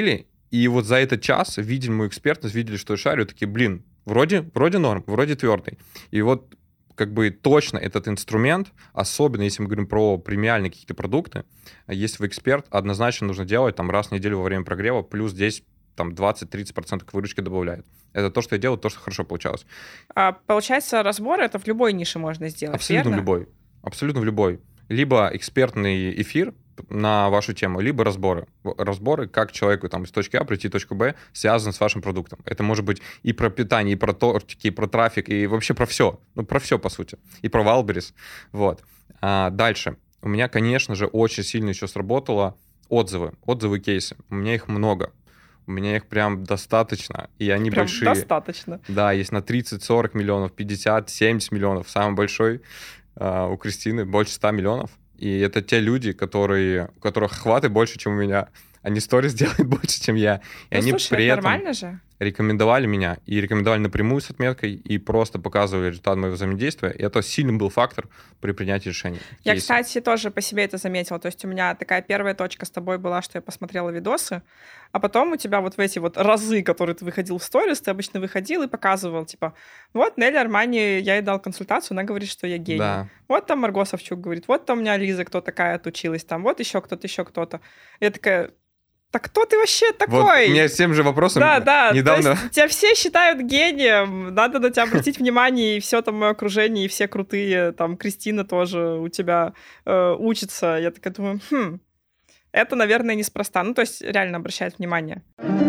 И вот за этот час видели мою экспертность, видели, что я шарю, такие, блин, вроде норм, вроде твердый. И вот как бы точно этот инструмент, особенно если мы говорим про премиальные какие-то продукты, если вы эксперт, однозначно нужно делать там раз в неделю во время прогрева, плюс здесь там 20-30% к выручке добавляет. Это то, что я делал, то, что хорошо получалось. Получается, разбор это в любой нише можно сделать, абсолютно верно? В любой. Абсолютно в любой. Либо экспертный эфир на вашу тему, либо разборы. Разборы, как человеку там из точки А прийти в точку Б, связан с вашим продуктом. Это может быть и про питание, и про тортики, и про трафик, и вообще про все. Ну, про все, по сути. И про Wildberries. Вот. Дальше. У меня, конечно же, очень сильно еще сработало отзывы кейсы. У меня их много. У меня их прям достаточно, и они прям большие. Достаточно. Да, есть на 30-40 миллионов, 50-70 миллионов. Самый большой у Кристины больше 100 миллионов. И это те люди, у которых охваты больше, чем у меня. Они сторис делают больше, чем я. И они слушай, при этом нормально же. Рекомендовали меня. И рекомендовали напрямую с отметкой, и просто показывали результат моего взаимодействия. И это сильный был фактор при принятии решений. Я, кстати, тоже по себе это заметила. То есть у меня такая первая точка с тобой была, что я посмотрела видосы, а потом у тебя вот в эти вот разы, которые ты выходил в сторис, ты обычно выходил и показывал, типа, вот Нелли Армани, я ей дал консультацию, она говорит, что я гений. Да. Вот там Марго Савчук говорит, вот там у меня Лиза, кто такая отучилась, там, вот еще кто-то. Я такая... Так кто ты вообще такой? Вот у меня с тем же вопросом недавно... То есть тебя все считают гением, надо на тебя обратить внимание, и все там мое окружение, и все крутые, там, Кристина тоже у тебя учится. Я такая думаю, это, наверное, неспроста. Ну, то есть реально обращает внимание.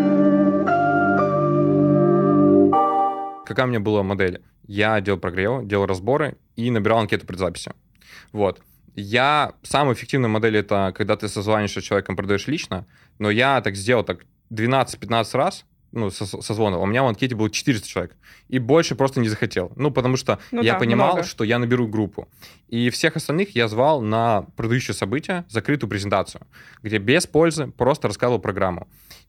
Какая у меня была модель? Я делал прогревы, делал разборы и набирал анкету предзаписи. Вот. Самая эффективная модель — это когда ты созваниваешься с человеком, продаешь лично, но я так сделал 12-15 раз, созвонов, у меня в анкете было 400 человек, и больше просто не захотел. Потому что я понимал, много. Что я наберу группу. И всех остальных я звал на продающее событие, закрытую презентацию, где без пользы просто рассказывал программу.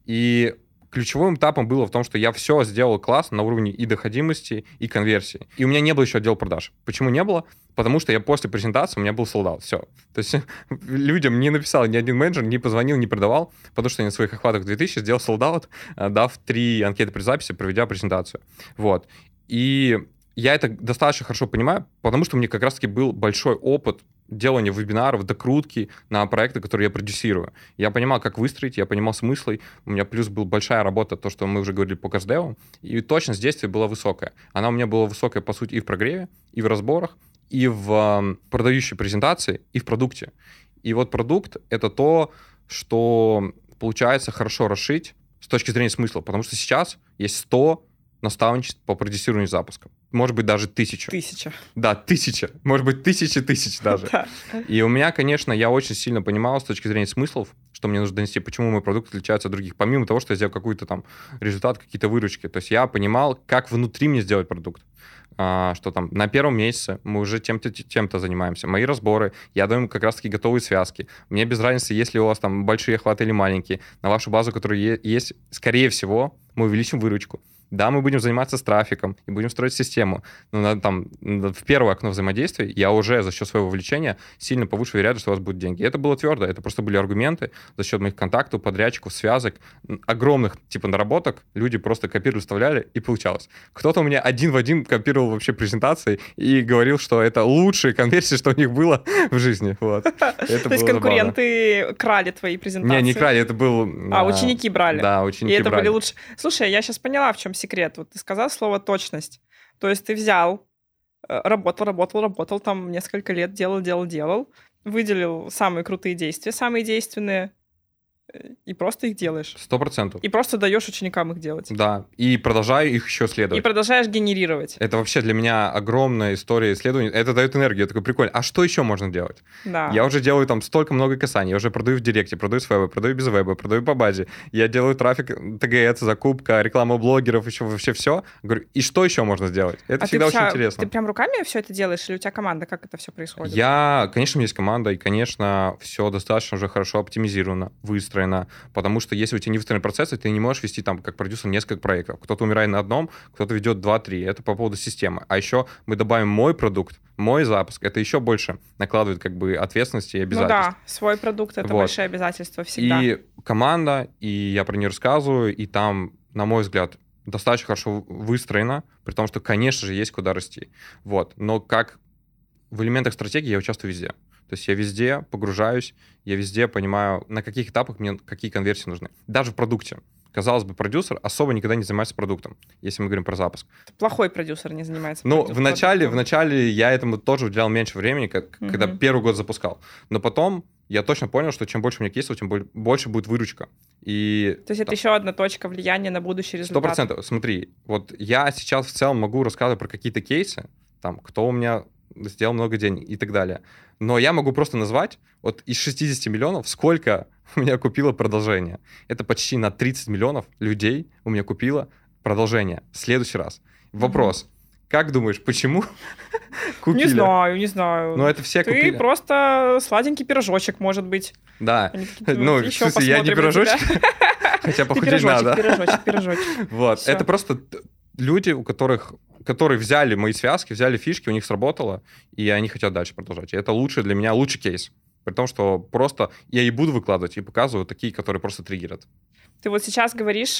И ключевым этапом было в том, что я все сделал классно на уровне и доходимости, и конверсии. И у меня не было еще отдела продаж. Почему не было? Потому что я после презентации, у меня был солдат. Все. То есть людям не написал ни один менеджер, не позвонил, не продавал, потому что я на своих охватах 2000 сделал солдат, дав 3 анкеты предзаписи, проведя презентацию. Вот. И я это достаточно хорошо понимаю, потому что у меня как раз-таки был большой опыт делания вебинаров, докрутки на проекты, которые я продюсирую. Я понимал, как выстроить, я понимал смыслы. У меня плюс была большая работа, то, что мы уже говорили по каздеву, и точность действия была высокая. Она у меня была высокая, по сути, и в прогреве, и в разборах, и в продающей презентации, и в продукте. И вот продукт — это то, что получается хорошо расшить с точки зрения смысла, потому что сейчас есть 100 наставничеств по продюсированию запуска. Может быть, даже 1000. 1000. Да, 1000. Может быть, тысячи даже. И у меня, конечно, я очень сильно понимал с точки зрения смыслов, что мне нужно донести, почему мой продукт отличается от других, помимо того, что я сделал какой-то там результат, какие-то выручки. То есть я понимал, как внутри мне сделать продукт. Что там на первом месяце мы уже тем-то занимаемся. Мои разборы, я даю им как раз-таки готовые связки. Мне без разницы, если у вас там большие охваты или маленькие. На вашу базу, которая есть, скорее всего, мы увеличим выручку. Да, мы будем заниматься с трафиком и будем строить систему. Но в первое окно взаимодействия я уже за счет своего вовлечения сильно повышу вероятность, что у вас будут деньги. И это было твердо. Это просто были аргументы за счет моих контактов, подрядчиков, связок, огромных типа наработок. Люди просто копировали, вставляли, и получалось. Кто-то у меня один в один копировал вообще презентации и говорил, что это лучшая конверсия, что у них было в жизни. Вот. То есть конкуренты крали твои презентации? Не крали, это был... ученики брали? Да, ученики брали. И это были лучше. Слушай, я сейчас поняла, в чем секрет. Вот ты сказал слово точность. То есть ты взял, работал, там несколько лет делал, выделил самые крутые действия, самые действенные, и просто их делаешь. 100%. И просто даешь ученикам их делать. Да, и продолжаю их еще следовать. И продолжаешь генерировать. Это вообще для меня огромная история исследований. Это дает энергию. Я такой, прикольно. А что еще можно делать? Да. Я уже делаю там столько много касаний. Я уже продаю в директе, продаю с веба, продаю без веба, продаю по базе. Я делаю трафик, ТГС, закупка, реклама блогеров, еще вообще все. Говорю, и что еще можно сделать? Это всегда очень интересно. Ты прям руками все это делаешь? Или у тебя команда? Как это все происходит? Конечно, у меня есть команда, и, конечно, все достаточно уже хорошо оптимизировано, выстроено. выстроена, потому что если у тебя не выстроены процессы, ты не можешь вести там как продюсер несколько проектов. Кто-то умирает на одном, кто-то ведет 2-3. Это по поводу системы. А еще мы добавим мой продукт, мой запуск. Это еще больше накладывает как бы ответственности и обязательств. Ну да, свой продукт — это большие обязательства всегда. И команда, и я про нее рассказываю, и там, на мой взгляд, достаточно хорошо выстроено, при том, что, конечно же, есть куда расти. Вот. Но как в элементах стратегии я участвую везде. То есть я везде погружаюсь, я везде понимаю, на каких этапах мне какие конверсии нужны. Даже в продукте. Казалось бы, продюсер особо никогда не занимается продуктом, если мы говорим про запуск. Плохой продюсер не занимается продуктом. Ну, в начале я этому тоже уделял меньше времени, когда первый год запускал. Но потом я точно понял, что чем больше у меня кейсов, тем больше будет выручка. И, то есть это еще одна точка влияния на будущий результат. 100%. Смотри, вот я сейчас в целом могу рассказывать про какие-то кейсы, там, кто у меня сделал много денег и так далее. Но я могу просто назвать вот из 60 миллионов, сколько у меня купило продолжение. Это почти на 30 миллионов людей у меня купило продолжение. В следующий раз. Вопрос. Как думаешь, почему купили? Не знаю. Но это все ты купили. Ты просто сладенький пирожочек, может быть. Да. Ну, в смысле, я не пирожочек, хотя похудеть надо. Пирожочек. Вот. Это просто люди, которые взяли мои связки, взяли фишки, у них сработало, и они хотят дальше продолжать. И это для меня лучший кейс. При том, что просто я и буду выкладывать, и показываю такие, которые просто триггерят. Ты вот сейчас говоришь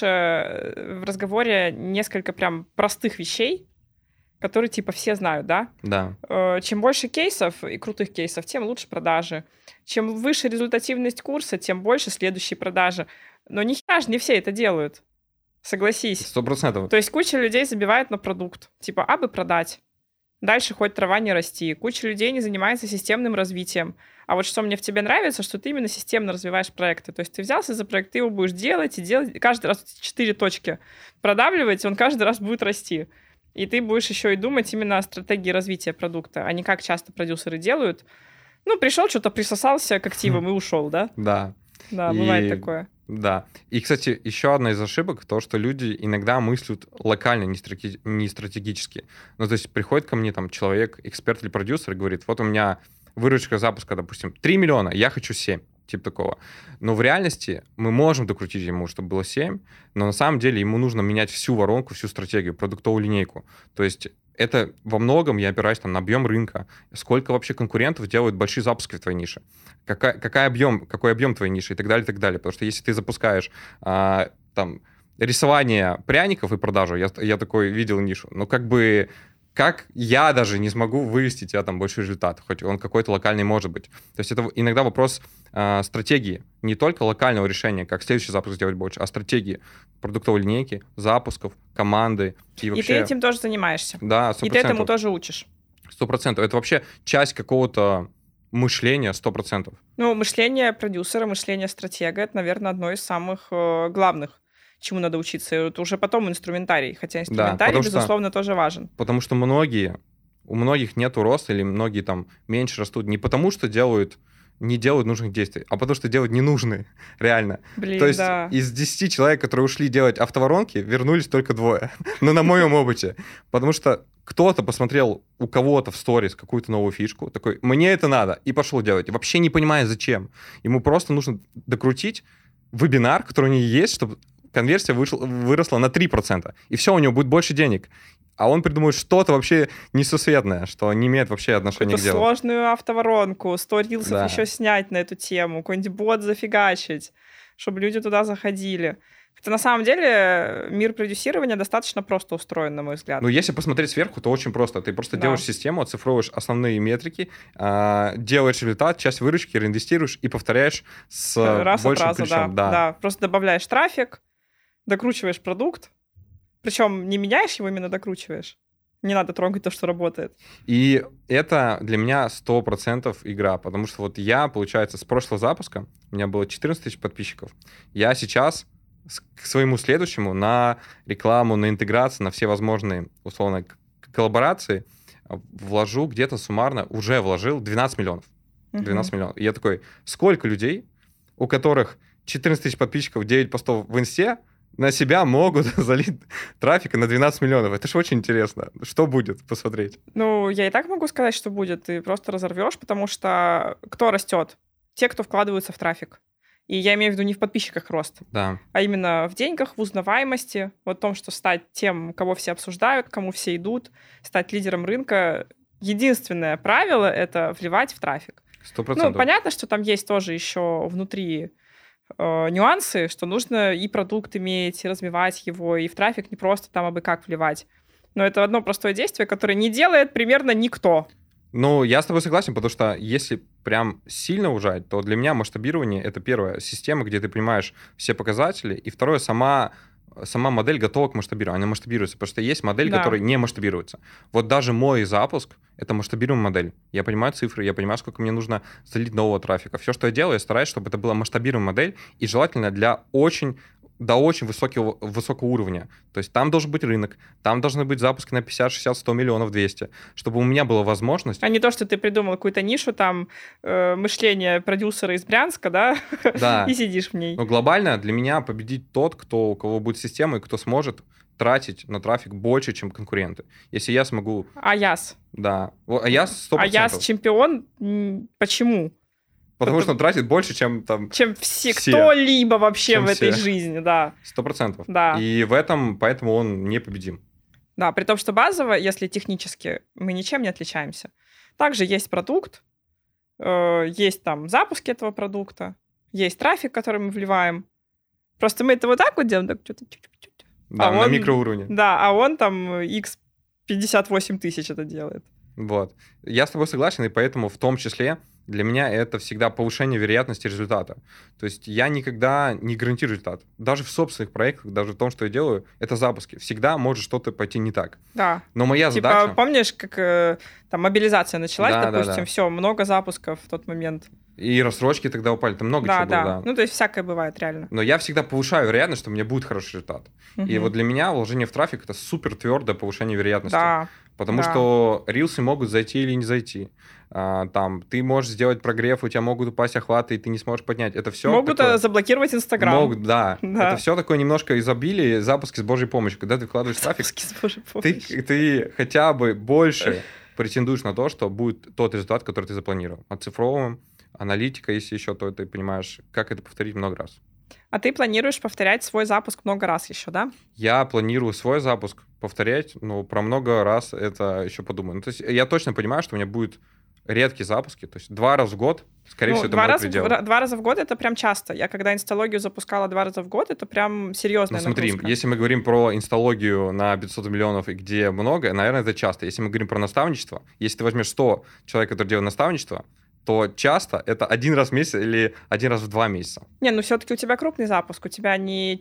в разговоре несколько прям простых вещей, которые типа все знают, да? Да. Чем больше кейсов и крутых кейсов, тем лучше продажи. Чем выше результативность курса, тем больше следующие продажи. Но нихера же не все это делают. Согласись. 100%. То есть куча людей забивает на продукт. Типа, абы продать. Дальше хоть трава не расти. Куча людей не занимается системным развитием. А вот что мне в тебе нравится, что ты именно системно развиваешь проекты. То есть ты взялся за проект, ты его будешь делать и делать. Каждый раз 4 точки продавливать, и он каждый раз будет расти. И ты будешь еще и думать именно о стратегии развития продукта, а не как часто продюсеры делают. Ну, пришел, что-то присосался к активам и ушел, да? Да. Да, бывает такое. Да. И, кстати, еще одна из ошибок, то, что люди иногда мыслят локально, не стратегически. Ну, то есть приходит ко мне там человек, эксперт или продюсер, и говорит, вот у меня выручка запуска, допустим, 3 миллиона, я хочу 7. Типа такого. Но в реальности мы можем докрутить ему, чтобы было 7, но на самом деле ему нужно менять всю воронку, всю стратегию, продуктовую линейку. То есть это во многом я опираюсь там на объем рынка, сколько вообще конкурентов делают большие запуски в твоей нише, какой объем твоей ниши и так далее, и так далее. Потому что если ты запускаешь там рисование пряников и продажу, я такой видел нишу, но как я даже не смогу вывести тебя там больше результат, хоть он какой-то локальный может быть. То есть это иногда вопрос стратегии, не только локального решения, как следующий запуск сделать больше, а стратегии продуктовой линейки, запусков, команды. И вообще... И ты этим тоже занимаешься. Да, 100%. И ты этому тоже учишь. 100%. Это вообще часть какого-то мышления 100%. Ну, мышление продюсера, мышление стратега — это, наверное, одно из самых главных, чему надо учиться. Это уже потом инструментарий, хотя инструментарий, безусловно, тоже важен. Потому что у многих нету роста, или многие там меньше растут не потому, что не делают нужных действий, а потому что делают ненужные, реально. Блин, то есть да. Из 10 человек, которые ушли делать автоворонки, вернулись только 2. Но на моем опыте. Потому что кто-то посмотрел у кого-то в сторис какую-то новую фишку, такой, мне это надо, и пошел делать. Вообще не понимая, зачем. Ему просто нужно докрутить вебинар, который у него есть, чтобы конверсия выросла на 3%. И все, у него будет больше денег. А он придумывает что-то вообще несусветное, что не имеет вообще отношения к делу. Сложную автоворонку, 100 рилсов еще снять на эту тему, какой-нибудь бот зафигачить, чтобы люди туда заходили. Хотя на самом деле мир продюсирования достаточно просто устроен, на мой взгляд. Ну, если посмотреть сверху, то очень просто. Ты просто делаешь систему, оцифровываешь основные метрики, делаешь результат, часть выручки реинвестируешь и повторяешь с большим ключом. Да, просто добавляешь трафик, докручиваешь продукт, причем не меняешь его, именно докручиваешь. Не надо трогать то, что работает. И это для меня 100% игра, потому что вот я, получается, с прошлого запуска, у меня было 14 тысяч подписчиков, я сейчас к своему следующему на рекламу, на интеграцию, на все возможные, условно, коллаборации вложу где-то суммарно, уже вложил 12 миллионов. 12 миллионов. И я такой, сколько людей, у которых 14 тысяч подписчиков, 9 постов в инсте, на себя могут залить трафика на 12 миллионов. Это же очень интересно. Что будет? Посмотреть. Ну, я и так могу сказать, что будет. Ты просто разорвешь, потому что кто растет? Те, кто вкладываются в трафик. И я имею в виду не в подписчиках рост, Да. а именно в деньгах, в узнаваемости, вот в том, что стать тем, кого все обсуждают, кому все идут, стать лидером рынка. Единственное правило — это вливать в трафик. 100%. Ну, понятно, что там есть тоже еще внутри нюансы, что нужно и продукт иметь, и развивать его, и в трафик не просто там абы как вливать. Но это одно простое действие, которое не делает примерно никто. Ну, я с тобой согласен, потому что если прям сильно ужать, то для меня масштабирование — это первая система, где ты понимаешь все показатели, и второе, сама модель готова к масштабированию, она масштабируется, потому что есть модель, Да. которая не масштабируется. Вот даже мой запуск — это масштабируемая модель. Я понимаю цифры, я понимаю, сколько мне нужно залить нового трафика. Все, что я делаю, я стараюсь, чтобы это была масштабируемая модель, и желательно до очень высокого уровня. То есть там должен быть рынок, там должны быть запуски на 50, 60, 100 миллионов, 200, чтобы у меня была возможность... А не то, что ты придумал какую-то нишу, там, мышление продюсера из Брянска, да? Да. И сидишь в ней. Но глобально для меня победит тот, у кого будет система и кто сможет тратить на трафик больше, чем конкуренты. Если я смогу... Аяс. Да. Аяс 100%. Аяс чемпион. Почему? Потому что он тратит больше, чем там... Чем все. Кто-либо вообще Чем в этой все. жизни, да. 100%. Да. И поэтому он непобедим. Да, при том, что базово, если технически, мы ничем не отличаемся. Также есть продукт, есть там запуски этого продукта, есть трафик, который мы вливаем. Просто мы это вот так вот делаем, так что-то чуть-чуть. Да, на микроуровне. Да, а он там x58 тысяч это делает. Вот. Я с тобой согласен, и поэтому в том числе для меня это всегда повышение вероятности результата. То есть я никогда не гарантирую результат. Даже в собственных проектах, даже в том, что я делаю, это запуски. Всегда может что-то пойти не так. Да. Но моя задача... Помнишь, как там мобилизация началась, Да, допустим, да. все, много запусков в тот момент. И рассрочки тогда упали, там много чего было. Да. Ну, то есть всякое бывает, реально. Но я всегда повышаю вероятность, что у меня будет хороший результат. И вот для меня вложение в трафик — это супер твердое повышение вероятности. Да. Потому что рилсы могут зайти или не зайти. Там, ты можешь сделать прогрев, у тебя могут упасть охваты, и ты не сможешь поднять. Это все могут такое... заблокировать Инстаграм. Могут, да. Это все такое немножко изобилие, запуски с Божьей помощью. Когда ты вкладываешь трафик, ты хотя бы больше претендуешь на то, что будет тот результат, который ты запланировал. Оцифровываем, аналитика, если еще, то ты понимаешь, как это повторить много раз. А ты планируешь повторять свой запуск много раз еще, да? Я планирую свой запуск повторять, но про много раз это еще подумаю. Ну, то есть я точно понимаю, что у меня будут редкие запуски, то есть 2 раза в год, скорее всего, это мой предел. 2 раза в год — это прям часто. Я когда инсталогию запускала 2 раза в год, это прям серьезная нагрузка. Смотри, если мы говорим про инсталогию на 500 миллионов, и где много, наверное, это часто. Если мы говорим про наставничество, если ты возьмешь 100 человек, которые делают наставничество, то часто это 1 раз в месяц или 1 раз в 2 месяца. Не, ну все-таки у тебя крупный запуск, у тебя не,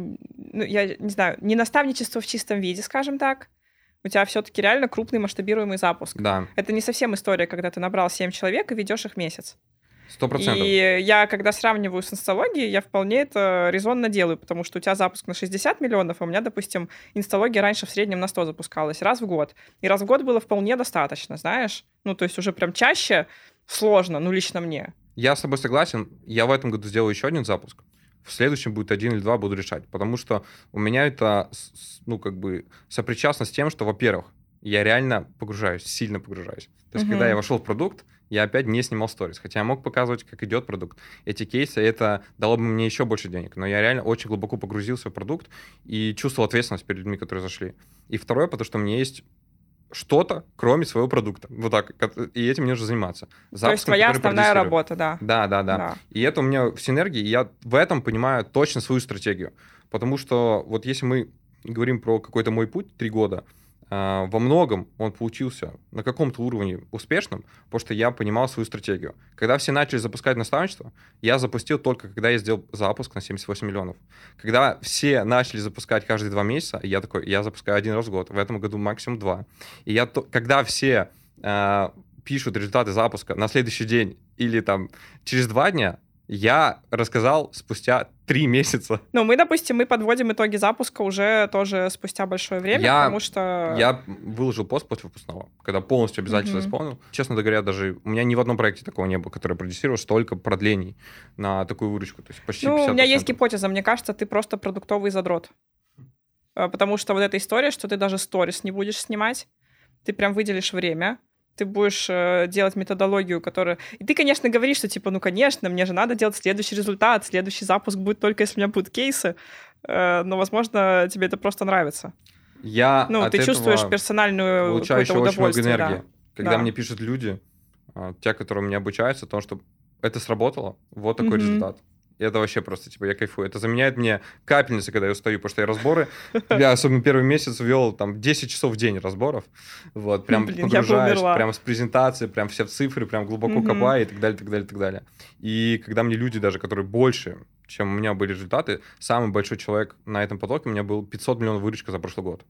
ну, я не знаю, не наставничество в чистом виде, скажем так. У тебя все-таки реально крупный масштабируемый запуск. Да. Это не совсем история, когда ты набрал 7 человек и ведешь их месяц. 100%. И я, когда сравниваю с инсталогией, я вполне это резонно делаю, потому что у тебя запуск на 60 миллионов, а у меня, допустим, инсталогия раньше в среднем на 100 запускалась раз в год. И раз в год было вполне достаточно, знаешь? Ну, то есть уже прям чаще сложно, ну, лично мне. Я с тобой согласен. Я в этом году сделаю еще один запуск. В следующем будет 1 или 2, буду решать. Потому что у меня это, ну, как бы сопричастно с тем, что, во-первых, я реально погружаюсь, сильно погружаюсь. То есть, когда я вошел в продукт, я опять не снимал сторис. Хотя я мог показывать, как идет продукт. Эти кейсы, это дало бы мне еще больше денег. Но я реально очень глубоко погрузился в продукт и чувствовал ответственность перед людьми, которые зашли. И второе, потому что у меня есть что-то, кроме своего продукта. Вот так. И этим мне нужно заниматься. То есть твоя основная работа, да. Да. И это у меня в синергии, и я в этом понимаю точно свою стратегию. Потому что вот если мы говорим про какой-то мой путь 3 года, во многом он получился на каком-то уровне успешным, потому что я понимал свою стратегию. Когда все начали запускать наставничество, я запустил только, когда я сделал запуск на 78 миллионов. Когда все начали запускать каждые 2 месяца, я такой, я запускаю 1 раз в год, в этом году максимум 2. И когда все пишут результаты запуска на следующий день или там через 2 дня, я рассказал спустя 3 месяца. Ну, мы, допустим, мы подводим итоги запуска уже тоже спустя большое время, потому что... Я выложил пост после выпускного, когда полностью обязательно исполнил. Честно говоря, даже у меня ни в одном проекте такого не было, который продюсировал столько продлений на такую выручку. То есть почти 50%. У меня есть гипотеза. Мне кажется, ты просто продуктовый задрот. Потому что вот эта история, что ты даже сторис не будешь снимать, ты прям выделишь время, ты будешь делать методологию, которая... И ты, конечно, говоришь, что, типа, ну, конечно, мне же надо делать следующий результат, следующий запуск будет только, если у меня будут кейсы, но, возможно, тебе это просто нравится. Ты чувствуешь персональную какое-то удовольствие. Очень много энергии. Когда мне пишут люди, те, которые меня обучаются, о том, что это сработало, вот такой результат. И это вообще просто, типа, я кайфую. Это заменяет мне капельницы, когда я устаю, потому что я разборы, я особенно первый месяц вел там 10 часов в день разборов, вот, прям погружаешь, прям с презентацией, прям все в цифры, прям глубоко копая и так далее, так далее, так далее. И когда мне люди даже, которые больше, чем у меня были результаты, самый большой человек на этом потоке у меня был 500 миллионов выручка за прошлый год.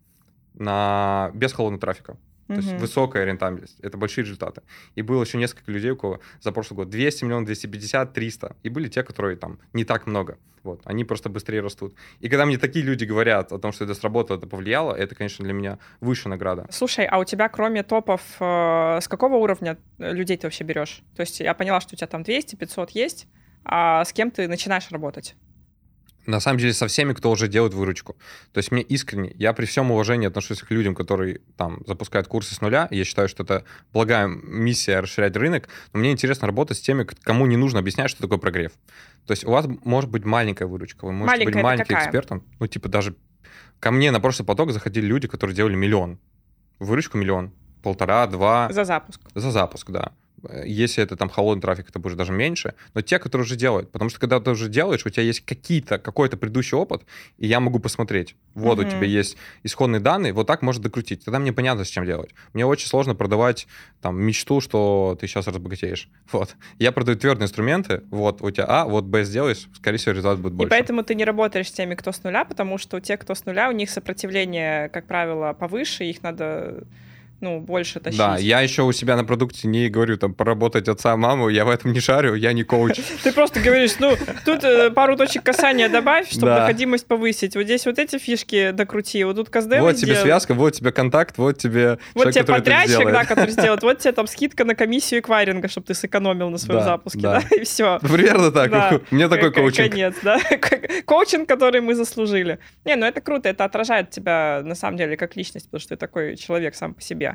Без холодного трафика. То есть высокая рентабельность. Это большие результаты. И было еще несколько людей, у кого за прошлый год 200 миллионов, 250, 300. И были те, которые там не так много. Вот. Они просто быстрее растут. И когда мне такие люди говорят о том, что это сработало, это повлияло, это, конечно, для меня высшая награда. Слушай, а у тебя кроме топов, с какого уровня людей ты вообще берешь? То есть я поняла, что у тебя там 200, 500 есть, а с кем ты начинаешь работать? На самом деле со всеми, кто уже делает выручку. То есть мне искренне, я при всем уважении отношусь к людям, которые там запускают курсы с нуля. Я считаю, что это благая миссия расширять рынок. Но мне интересно работать с теми, кому не нужно объяснять, что такое прогрев. То есть у вас может быть маленькая выручка, вы можете быть маленьким экспертом. Ну, типа даже ко мне на прошлый поток заходили люди, которые делали миллион. Выручку миллион. 1,5-2. За запуск. За запуск, да. Если это там холодный трафик, это будет даже меньше. Но те, которые уже делают. Потому что когда ты уже делаешь, у тебя есть какой-то предыдущий опыт, и я могу посмотреть. Вот у тебя есть исходные данные, вот так можно докрутить. Тогда мне понятно, с чем делать. Мне очень сложно продавать там мечту, что ты сейчас разбогатеешь. Вот. Я продаю твердые инструменты. Вот у тебя А, вот Б сделаешь, скорее всего, результат будет больше. И поэтому ты не работаешь с теми, кто с нуля, потому что у тех, кто с нуля, у них сопротивление, как правило, повыше, их надо... больше тащить. Да, я еще у себя на продукте не говорю, там, поработать отца, маму, я в этом не шарю, я не коуч. Ты просто говоришь, тут пару точек касания добавь, чтобы доходимость повысить. Вот здесь вот эти фишки докрути, вот тут КСД вот тебе связка, вот тебе контакт, вот тебе вот тебе подрядчик, да, который сделает, вот тебе там скидка на комиссию эквайринга, чтобы ты сэкономил на своем запуске, да, и все. Примерно так, у меня такой коучинг. Конец, да, коучинг, который мы заслужили. Это круто, это отражает тебя, на самом деле, как личность, потому что ты такой человек сам по себе.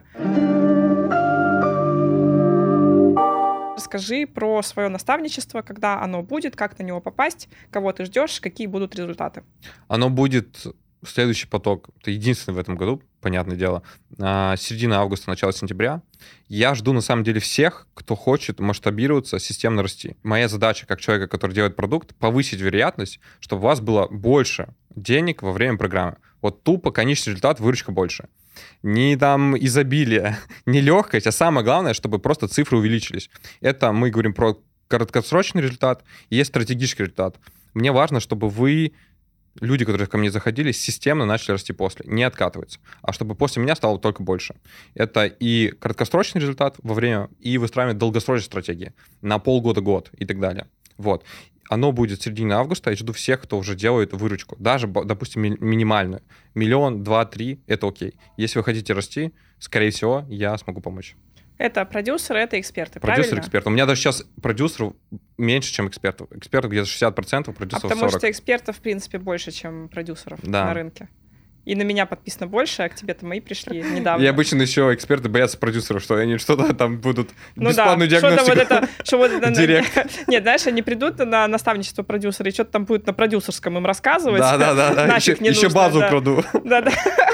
Расскажи про свое наставничество, когда оно будет, как на него попасть, кого ты ждешь, какие будут результаты. Оно будет следующий поток. Это единственный в этом году, понятное дело. Середина августа, начало сентября. Я жду, на самом деле, всех, кто хочет масштабироваться, системно расти. Моя задача, как человека, который делает продукт, повысить вероятность, чтобы у вас было больше денег во время программы. Вот тупо конечный результат, выручка больше. Не там изобилие, не легкость, а самое главное, чтобы просто цифры увеличились. Это мы говорим про краткосрочный результат, и есть стратегический результат. Мне важно, чтобы вы, люди, которые ко мне заходили, системно начали расти после, не откатываться, а чтобы после меня стало только больше. Это и краткосрочный результат во время, и выстраивание долгосрочной стратегии на полгода-год и так далее. Вот. Оно будет в середине августа, я жду всех, кто уже делает выручку. Даже, допустим, минимальную. 1, 2 2, 3 — это окей. Если вы хотите расти, скорее всего, я смогу помочь. Это продюсеры, это эксперты, продюсеры, правильно? Эксперты. У меня даже сейчас продюсеров меньше, чем экспертов. Экспертов где-то 60%, продюсеров 40%. Потому что экспертов, в принципе, больше, чем продюсеров на рынке. И на меня подписано больше, а к тебе-то мои пришли недавно. И обычно еще эксперты боятся продюсеров, что они что-то там будут бесплатную диагностику. Директ. Нет, знаешь, они придут на наставничество продюсера и что-то там будут на продюсерском им рассказывать. Да. Еще базу украду. Да.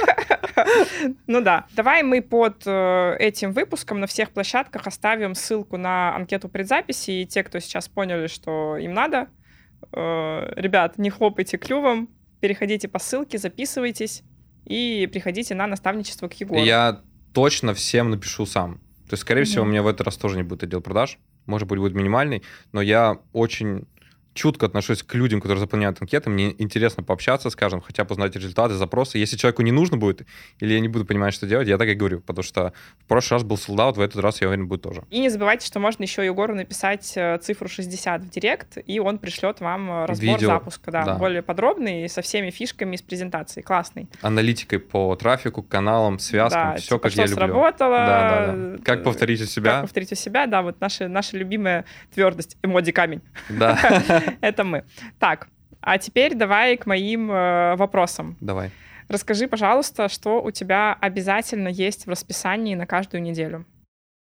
Давай мы под этим выпуском на всех площадках оставим ссылку на анкету предзаписи, и те, кто сейчас поняли, что им надо, ребят, не хлопайте клювом, переходите по ссылке, записывайтесь и приходите на наставничество к Егору. Я точно всем напишу сам. То есть, скорее всего, у меня в этот раз тоже не будет отдел продаж. Может быть, будет минимальный, но я очень чутко отношусь к людям, которые заполняют анкеты. Мне интересно пообщаться, скажем, хотя бы узнать результаты, запросы. Если человеку не нужно будет, или я не буду понимать, что делать, я так и говорю, потому что в прошлый раз был солдат, в этот раз, я уверен, будет тоже. И не забывайте, что можно еще Егору написать цифру 60 в директ, и он пришлет вам разбор запуска, более подробный, со всеми фишками из презентации. Классный. Аналитикой по трафику, каналам, связкам, все, как я люблю. Сработало. Да. Как повторить у себя. Как повторить у себя, да, вот наша любимая твердость, эмодзи-камень. Да. Это мы. Так, а теперь давай к моим вопросам. Давай. Расскажи, пожалуйста, что у тебя обязательно есть в расписании на каждую неделю.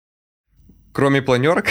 Кроме планерок.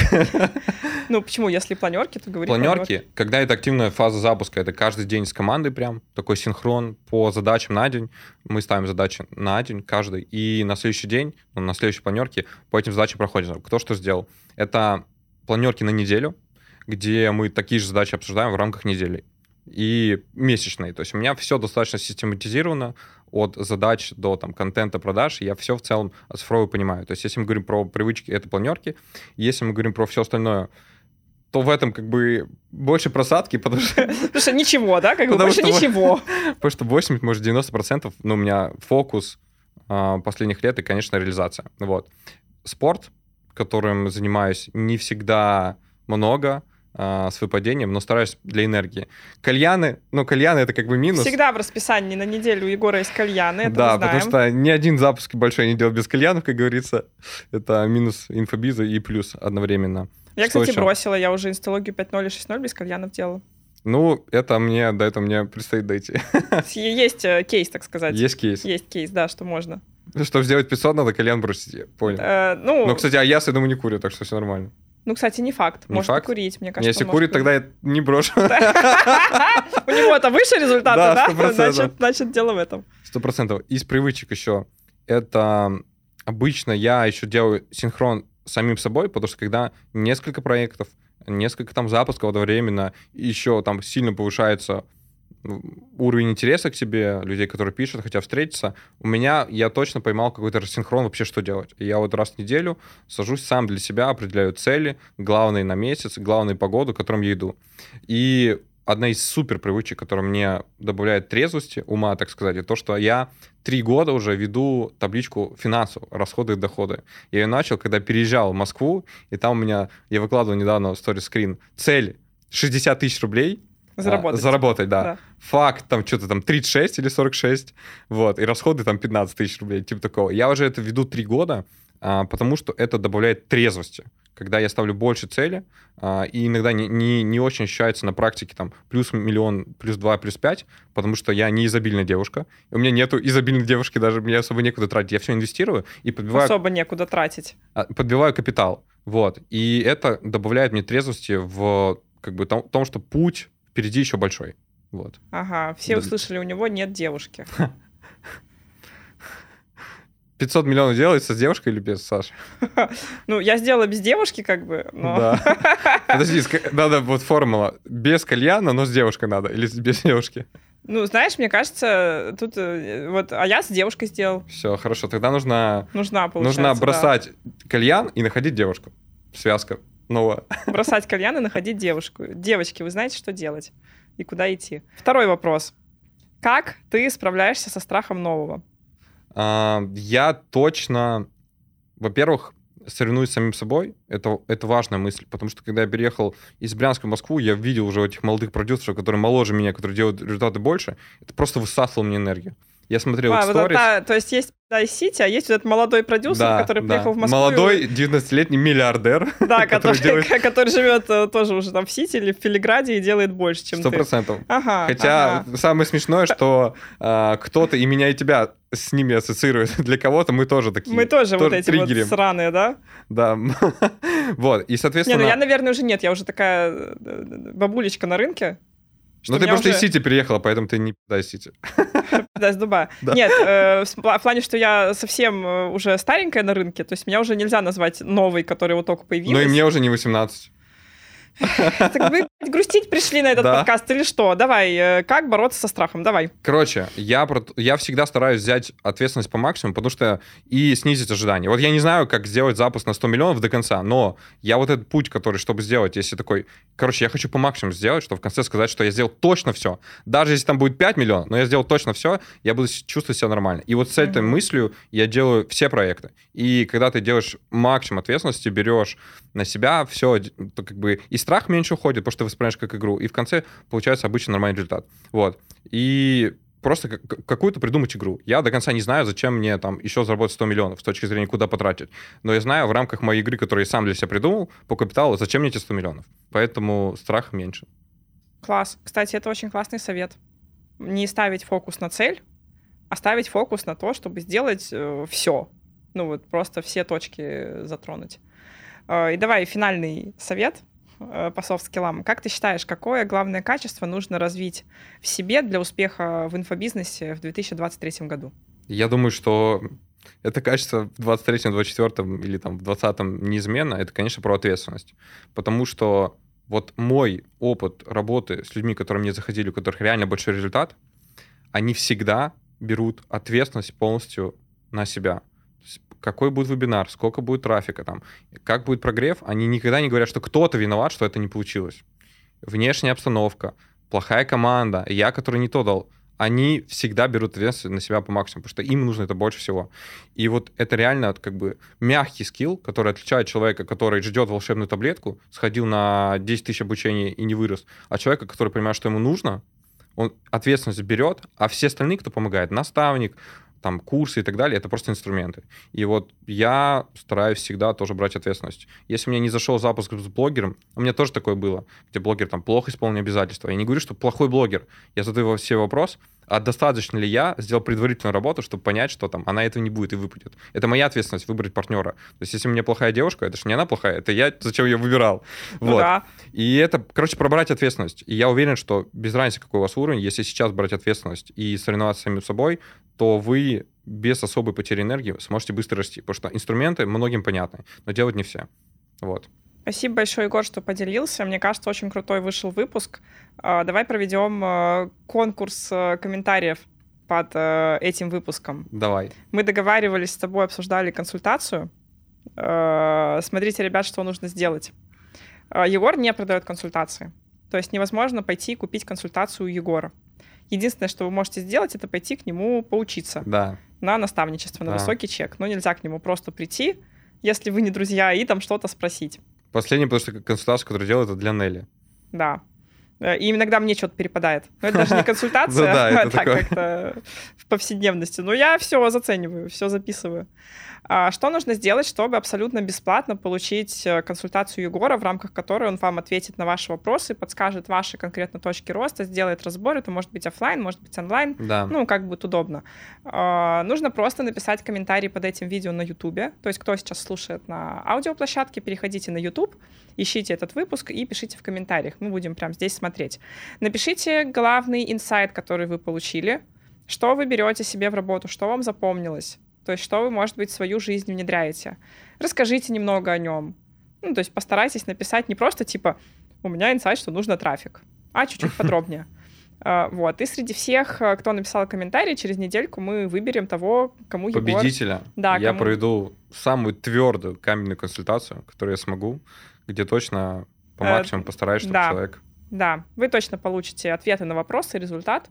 Ну, почему? Если планерки, то говори планерки. Когда это активная фаза запуска, это каждый день с командой прям, такой синхрон по задачам на день. Мы ставим задачи на день каждый, и на следующий день, на следующей планерке по этим задачам проходим. Кто что сделал. Это планерки на неделю, где мы такие же задачи обсуждаем в рамках недели. И месячные. То есть у меня все достаточно систематизировано, от задач до там, контента, продаж, я все в целом оцифровую понимаю. То есть если мы говорим про привычки, это планерки. Если мы говорим про все остальное, то в этом как бы больше просадки, потому что... Потому что ничего, да? Как бы больше ничего. Потому что 80, может, 90%, ну, у меня фокус последних лет и, конечно, реализация. Вот. Спорт, которым занимаюсь, не всегда много, с выпадением, но стараюсь для энергии. Кальяны, кальяны это как бы минус. Всегда в расписании на неделю у Егора есть кальяны, это да, мы знаем. потому что ни один запуск большой не делал без кальянов, как говорится. Это минус инфобиза и плюс одновременно. Я, кстати, бросила, я уже инсталогию 5.0 и 6.0 без кальянов делала. Ну, до этого мне предстоит дойти. Есть кейс, так сказать. Есть кейс. Есть кейс, да, что можно. Чтобы сделать 500, надо кальян бросить, я понял. Но, кстати, я думаю, не курю, так что все нормально. Ну, кстати, не факт. Не может факт? курить, мне кажется. Если курит, тогда я не брошу. У него-то выше результаты, да? 100%. Значит, дело в этом. 100%. Из привычек еще. Это обычно я еще делаю синхрон с самим собой, потому что когда несколько проектов, несколько там запусков одновременно, еще там сильно повышается уровень интереса к тебе, людей, которые пишут, хотят встретиться, я точно поймал какой-то рассинхрон вообще, что делать. И я вот раз в неделю сажусь сам для себя, определяю цели, главные на месяц, главную погоду, к которым я иду. И одна из супер привычек, которая мне добавляет трезвости, ума, так сказать, это то, что я 3 года уже веду табличку финансов, расходы и доходы. Я ее начал, когда переезжал в Москву, и там я выкладывал недавно в сторис-скрин, цель 60 тысяч рублей, Заработать, да. Факт, там что-то там 36 или 46, вот, и расходы там 15 тысяч рублей, типа такого. Я уже это веду 3 года, потому что это добавляет трезвости. Когда я ставлю больше цели, и иногда не очень ощущается на практике там плюс миллион, плюс 2, плюс 5, потому что я не изобильная девушка. У меня нету изобильной девушки, даже мне особо некуда тратить. Я все инвестирую и подбиваю... Особо некуда тратить. Подбиваю капитал, вот. И это добавляет мне трезвости в как бы том, что путь впереди еще большой. Вот. Ага, все услышали, у него нет девушки. 500 миллионов делается с девушкой или без, Саша? Ну, я сделала без девушки, как бы, но... Да. Подожди, надо вот формула. Без кальяна, но с девушкой надо. Или без девушки? Ну, знаешь, мне кажется, тут вот... А я с девушкой сделал. Все, хорошо. Тогда нужно бросать кальян и находить девушку. Связка. Новая. Бросать кальян и находить девушку. Девочки, вы знаете, что делать? И куда идти? Второй вопрос. Как ты справляешься со страхом нового? Я точно, во-первых, соревнуюсь с самим собой. Это важная мысль, потому что когда я переехал из Брянска в Москву, я видел уже этих молодых продюсеров, которые моложе меня, которые делают результаты больше. Это просто высасывало мне энергию. Я смотрел их сторис. То есть есть Сити, а есть вот этот молодой продюсер, который приехал в Москву. Молодой 19-летний миллиардер. Да, который живет тоже уже там в Сити или в Филиграде и делает больше, чем ты. 100%. Ага, Хотя самое смешное, что кто-то и меня, и тебя с ними ассоциирует. Для кого-то мы тоже такие. Мы тоже вот эти вот сраные, да? Да. Вот, и соответственно... Не, ну я, наверное, уже нет. Я уже такая бабулечка на рынке. Ну, ты просто из Сити переехала, поэтому ты не пи***дай Сити. Да, с Дубая. Нет, в плане, что я совсем уже старенькая на рынке, то есть меня уже нельзя назвать новой, которая вот только появилась. Ну, и мне уже не 18. Так мы грустить пришли на этот подкаст или что? Давай, как бороться со страхом? Давай. Короче, я всегда стараюсь взять ответственность по максимуму, потому что и снизить ожидания. Вот я не знаю, как сделать запуск на 100 миллионов до конца, но я вот этот путь, который, чтобы сделать, если такой... Короче, я хочу по максимуму сделать, чтобы в конце сказать, что я сделал точно все. Даже если там будет 5 миллионов, но я сделал точно все, я буду чувствовать себя нормально. И вот с этой мыслью я делаю все проекты. И когда ты делаешь максимум ответственности, берешь на себя все, то как бы и страх меньше уходит, потому что ты воспринимаешь как игру, и в конце получается обычно нормальный результат. Вот. И просто какую-то придумать игру. Я до конца не знаю, зачем мне там еще заработать 100 миллионов с точки зрения, куда потратить. Но я знаю в рамках моей игры, которую я сам для себя придумал, по капиталу, зачем мне эти 100 миллионов. Поэтому страх меньше. Класс. Кстати, это очень классный совет. Не ставить фокус на цель, а ставить фокус на то, чтобы сделать все. Ну вот просто все точки затронуть. И давай финальный совет по софт-скиллам. Как ты считаешь, какое главное качество нужно развить в себе для успеха в инфобизнесе в 2023 году? Я думаю, что это качество в 23-м, 24-м или там в 20-м неизменно. Это, конечно, про ответственность. Потому что вот мой опыт работы с людьми, которые мне заходили, у которых реально большой результат, они всегда берут ответственность полностью на себя. То есть какой будет вебинар, сколько будет трафика, там, как будет прогрев, они никогда не говорят, что кто-то виноват, что это не получилось. Внешняя обстановка, плохая команда, я, который не то дал, они всегда берут ответственность на себя по максимуму, потому что им нужно это больше всего. И вот это реально как бы мягкий скилл, который отличает человека, который ждет волшебную таблетку, сходил на 10 тысяч обучений и не вырос, от человека, который понимает, что ему нужно, он ответственность берет, а все остальные, кто помогает, наставник, там, курсы и так далее, это просто инструменты. И вот я стараюсь всегда тоже брать ответственность. Если мне не зашел запуск с блогером, у меня тоже такое было, где блогер там плохо исполнил обязательства. Я не говорю, что плохой блогер. Я задаю себе вопрос, а достаточно ли я сделал предварительную работу, чтобы понять, что там она этого не будет и выпадет. Это моя ответственность выбрать партнера. То есть если у меня плохая девушка, это же не она плохая, это я зачем ее выбирал. Ну вот. Да. И это, короче, про брать ответственность. И я уверен, что без разницы, какой у вас уровень, если сейчас брать ответственность и соревноваться с самим собой, то вы без особой потери энергии сможете быстро расти. Потому что инструменты многим понятны, но делать не все. Вот. Спасибо большое, Егор, что поделился. Мне кажется, очень крутой вышел выпуск. Давай проведем конкурс комментариев под этим выпуском. Давай. Мы договаривались с тобой, обсуждали консультацию. Смотрите, ребят, что нужно сделать. Егор не продает консультации. То есть невозможно пойти купить консультацию у Егора. Единственное, что вы можете сделать, это пойти к нему поучиться на наставничество, на высокий чек. Но нельзя к нему просто прийти, если вы не друзья, и там что-то спросить. Последняя, потому что консультация, которую делаю, это для Нелли. Да. И иногда мне что-то перепадает. Но это даже не консультация, а так как-то в повседневности. Но я все зацениваю, все записываю. Что нужно сделать, чтобы абсолютно бесплатно получить консультацию Егора, в рамках которой он вам ответит на ваши вопросы, подскажет ваши конкретно точки роста, сделает разбор. Это может быть офлайн, может быть онлайн. Да. Ну, как будет удобно. Нужно просто написать комментарий под этим видео на YouTube. То есть, кто сейчас слушает на аудиоплощадке, переходите на YouTube, ищите этот выпуск и пишите в комментариях. Мы будем прямо здесь смотреть. Напишите главный инсайт, который вы получили, что вы берете себе в работу, что вам запомнилось. То есть, что вы, может быть, в свою жизнь внедряете. Расскажите немного о нем. Ну, то есть, постарайтесь написать не просто, типа, у меня инсайт, что нужно трафик, а чуть-чуть подробнее. Вот. И среди всех, кто написал комментарий, через недельку мы выберем того, кому Егор... Победителя. Да, я проведу самую твердую каменную консультацию, которую я смогу, где точно по максимуму постараюсь, чтобы человек... Да, вы точно получите ответы на вопросы, результат.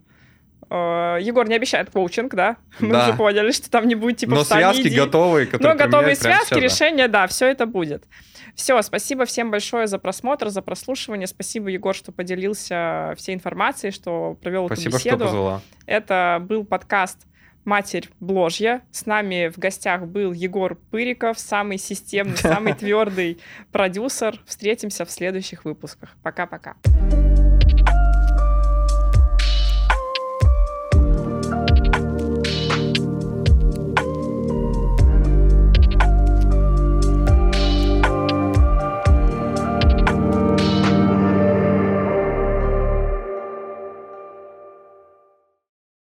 Егор не обещает коучинг, да? Мы уже поняли, что там не будет типа но связки готовые, которые... Но готовые связки, решения, да, все это будет. Все, спасибо всем большое за просмотр, за прослушивание. Спасибо, Егор, что поделился всей информацией, что провел эту беседу. Спасибо, что позвала. Это был подкаст «Матерь Бложья». С нами в гостях был Егор Пыриков, самый системный, самый твердый продюсер. Встретимся в следующих выпусках. Пока-пока.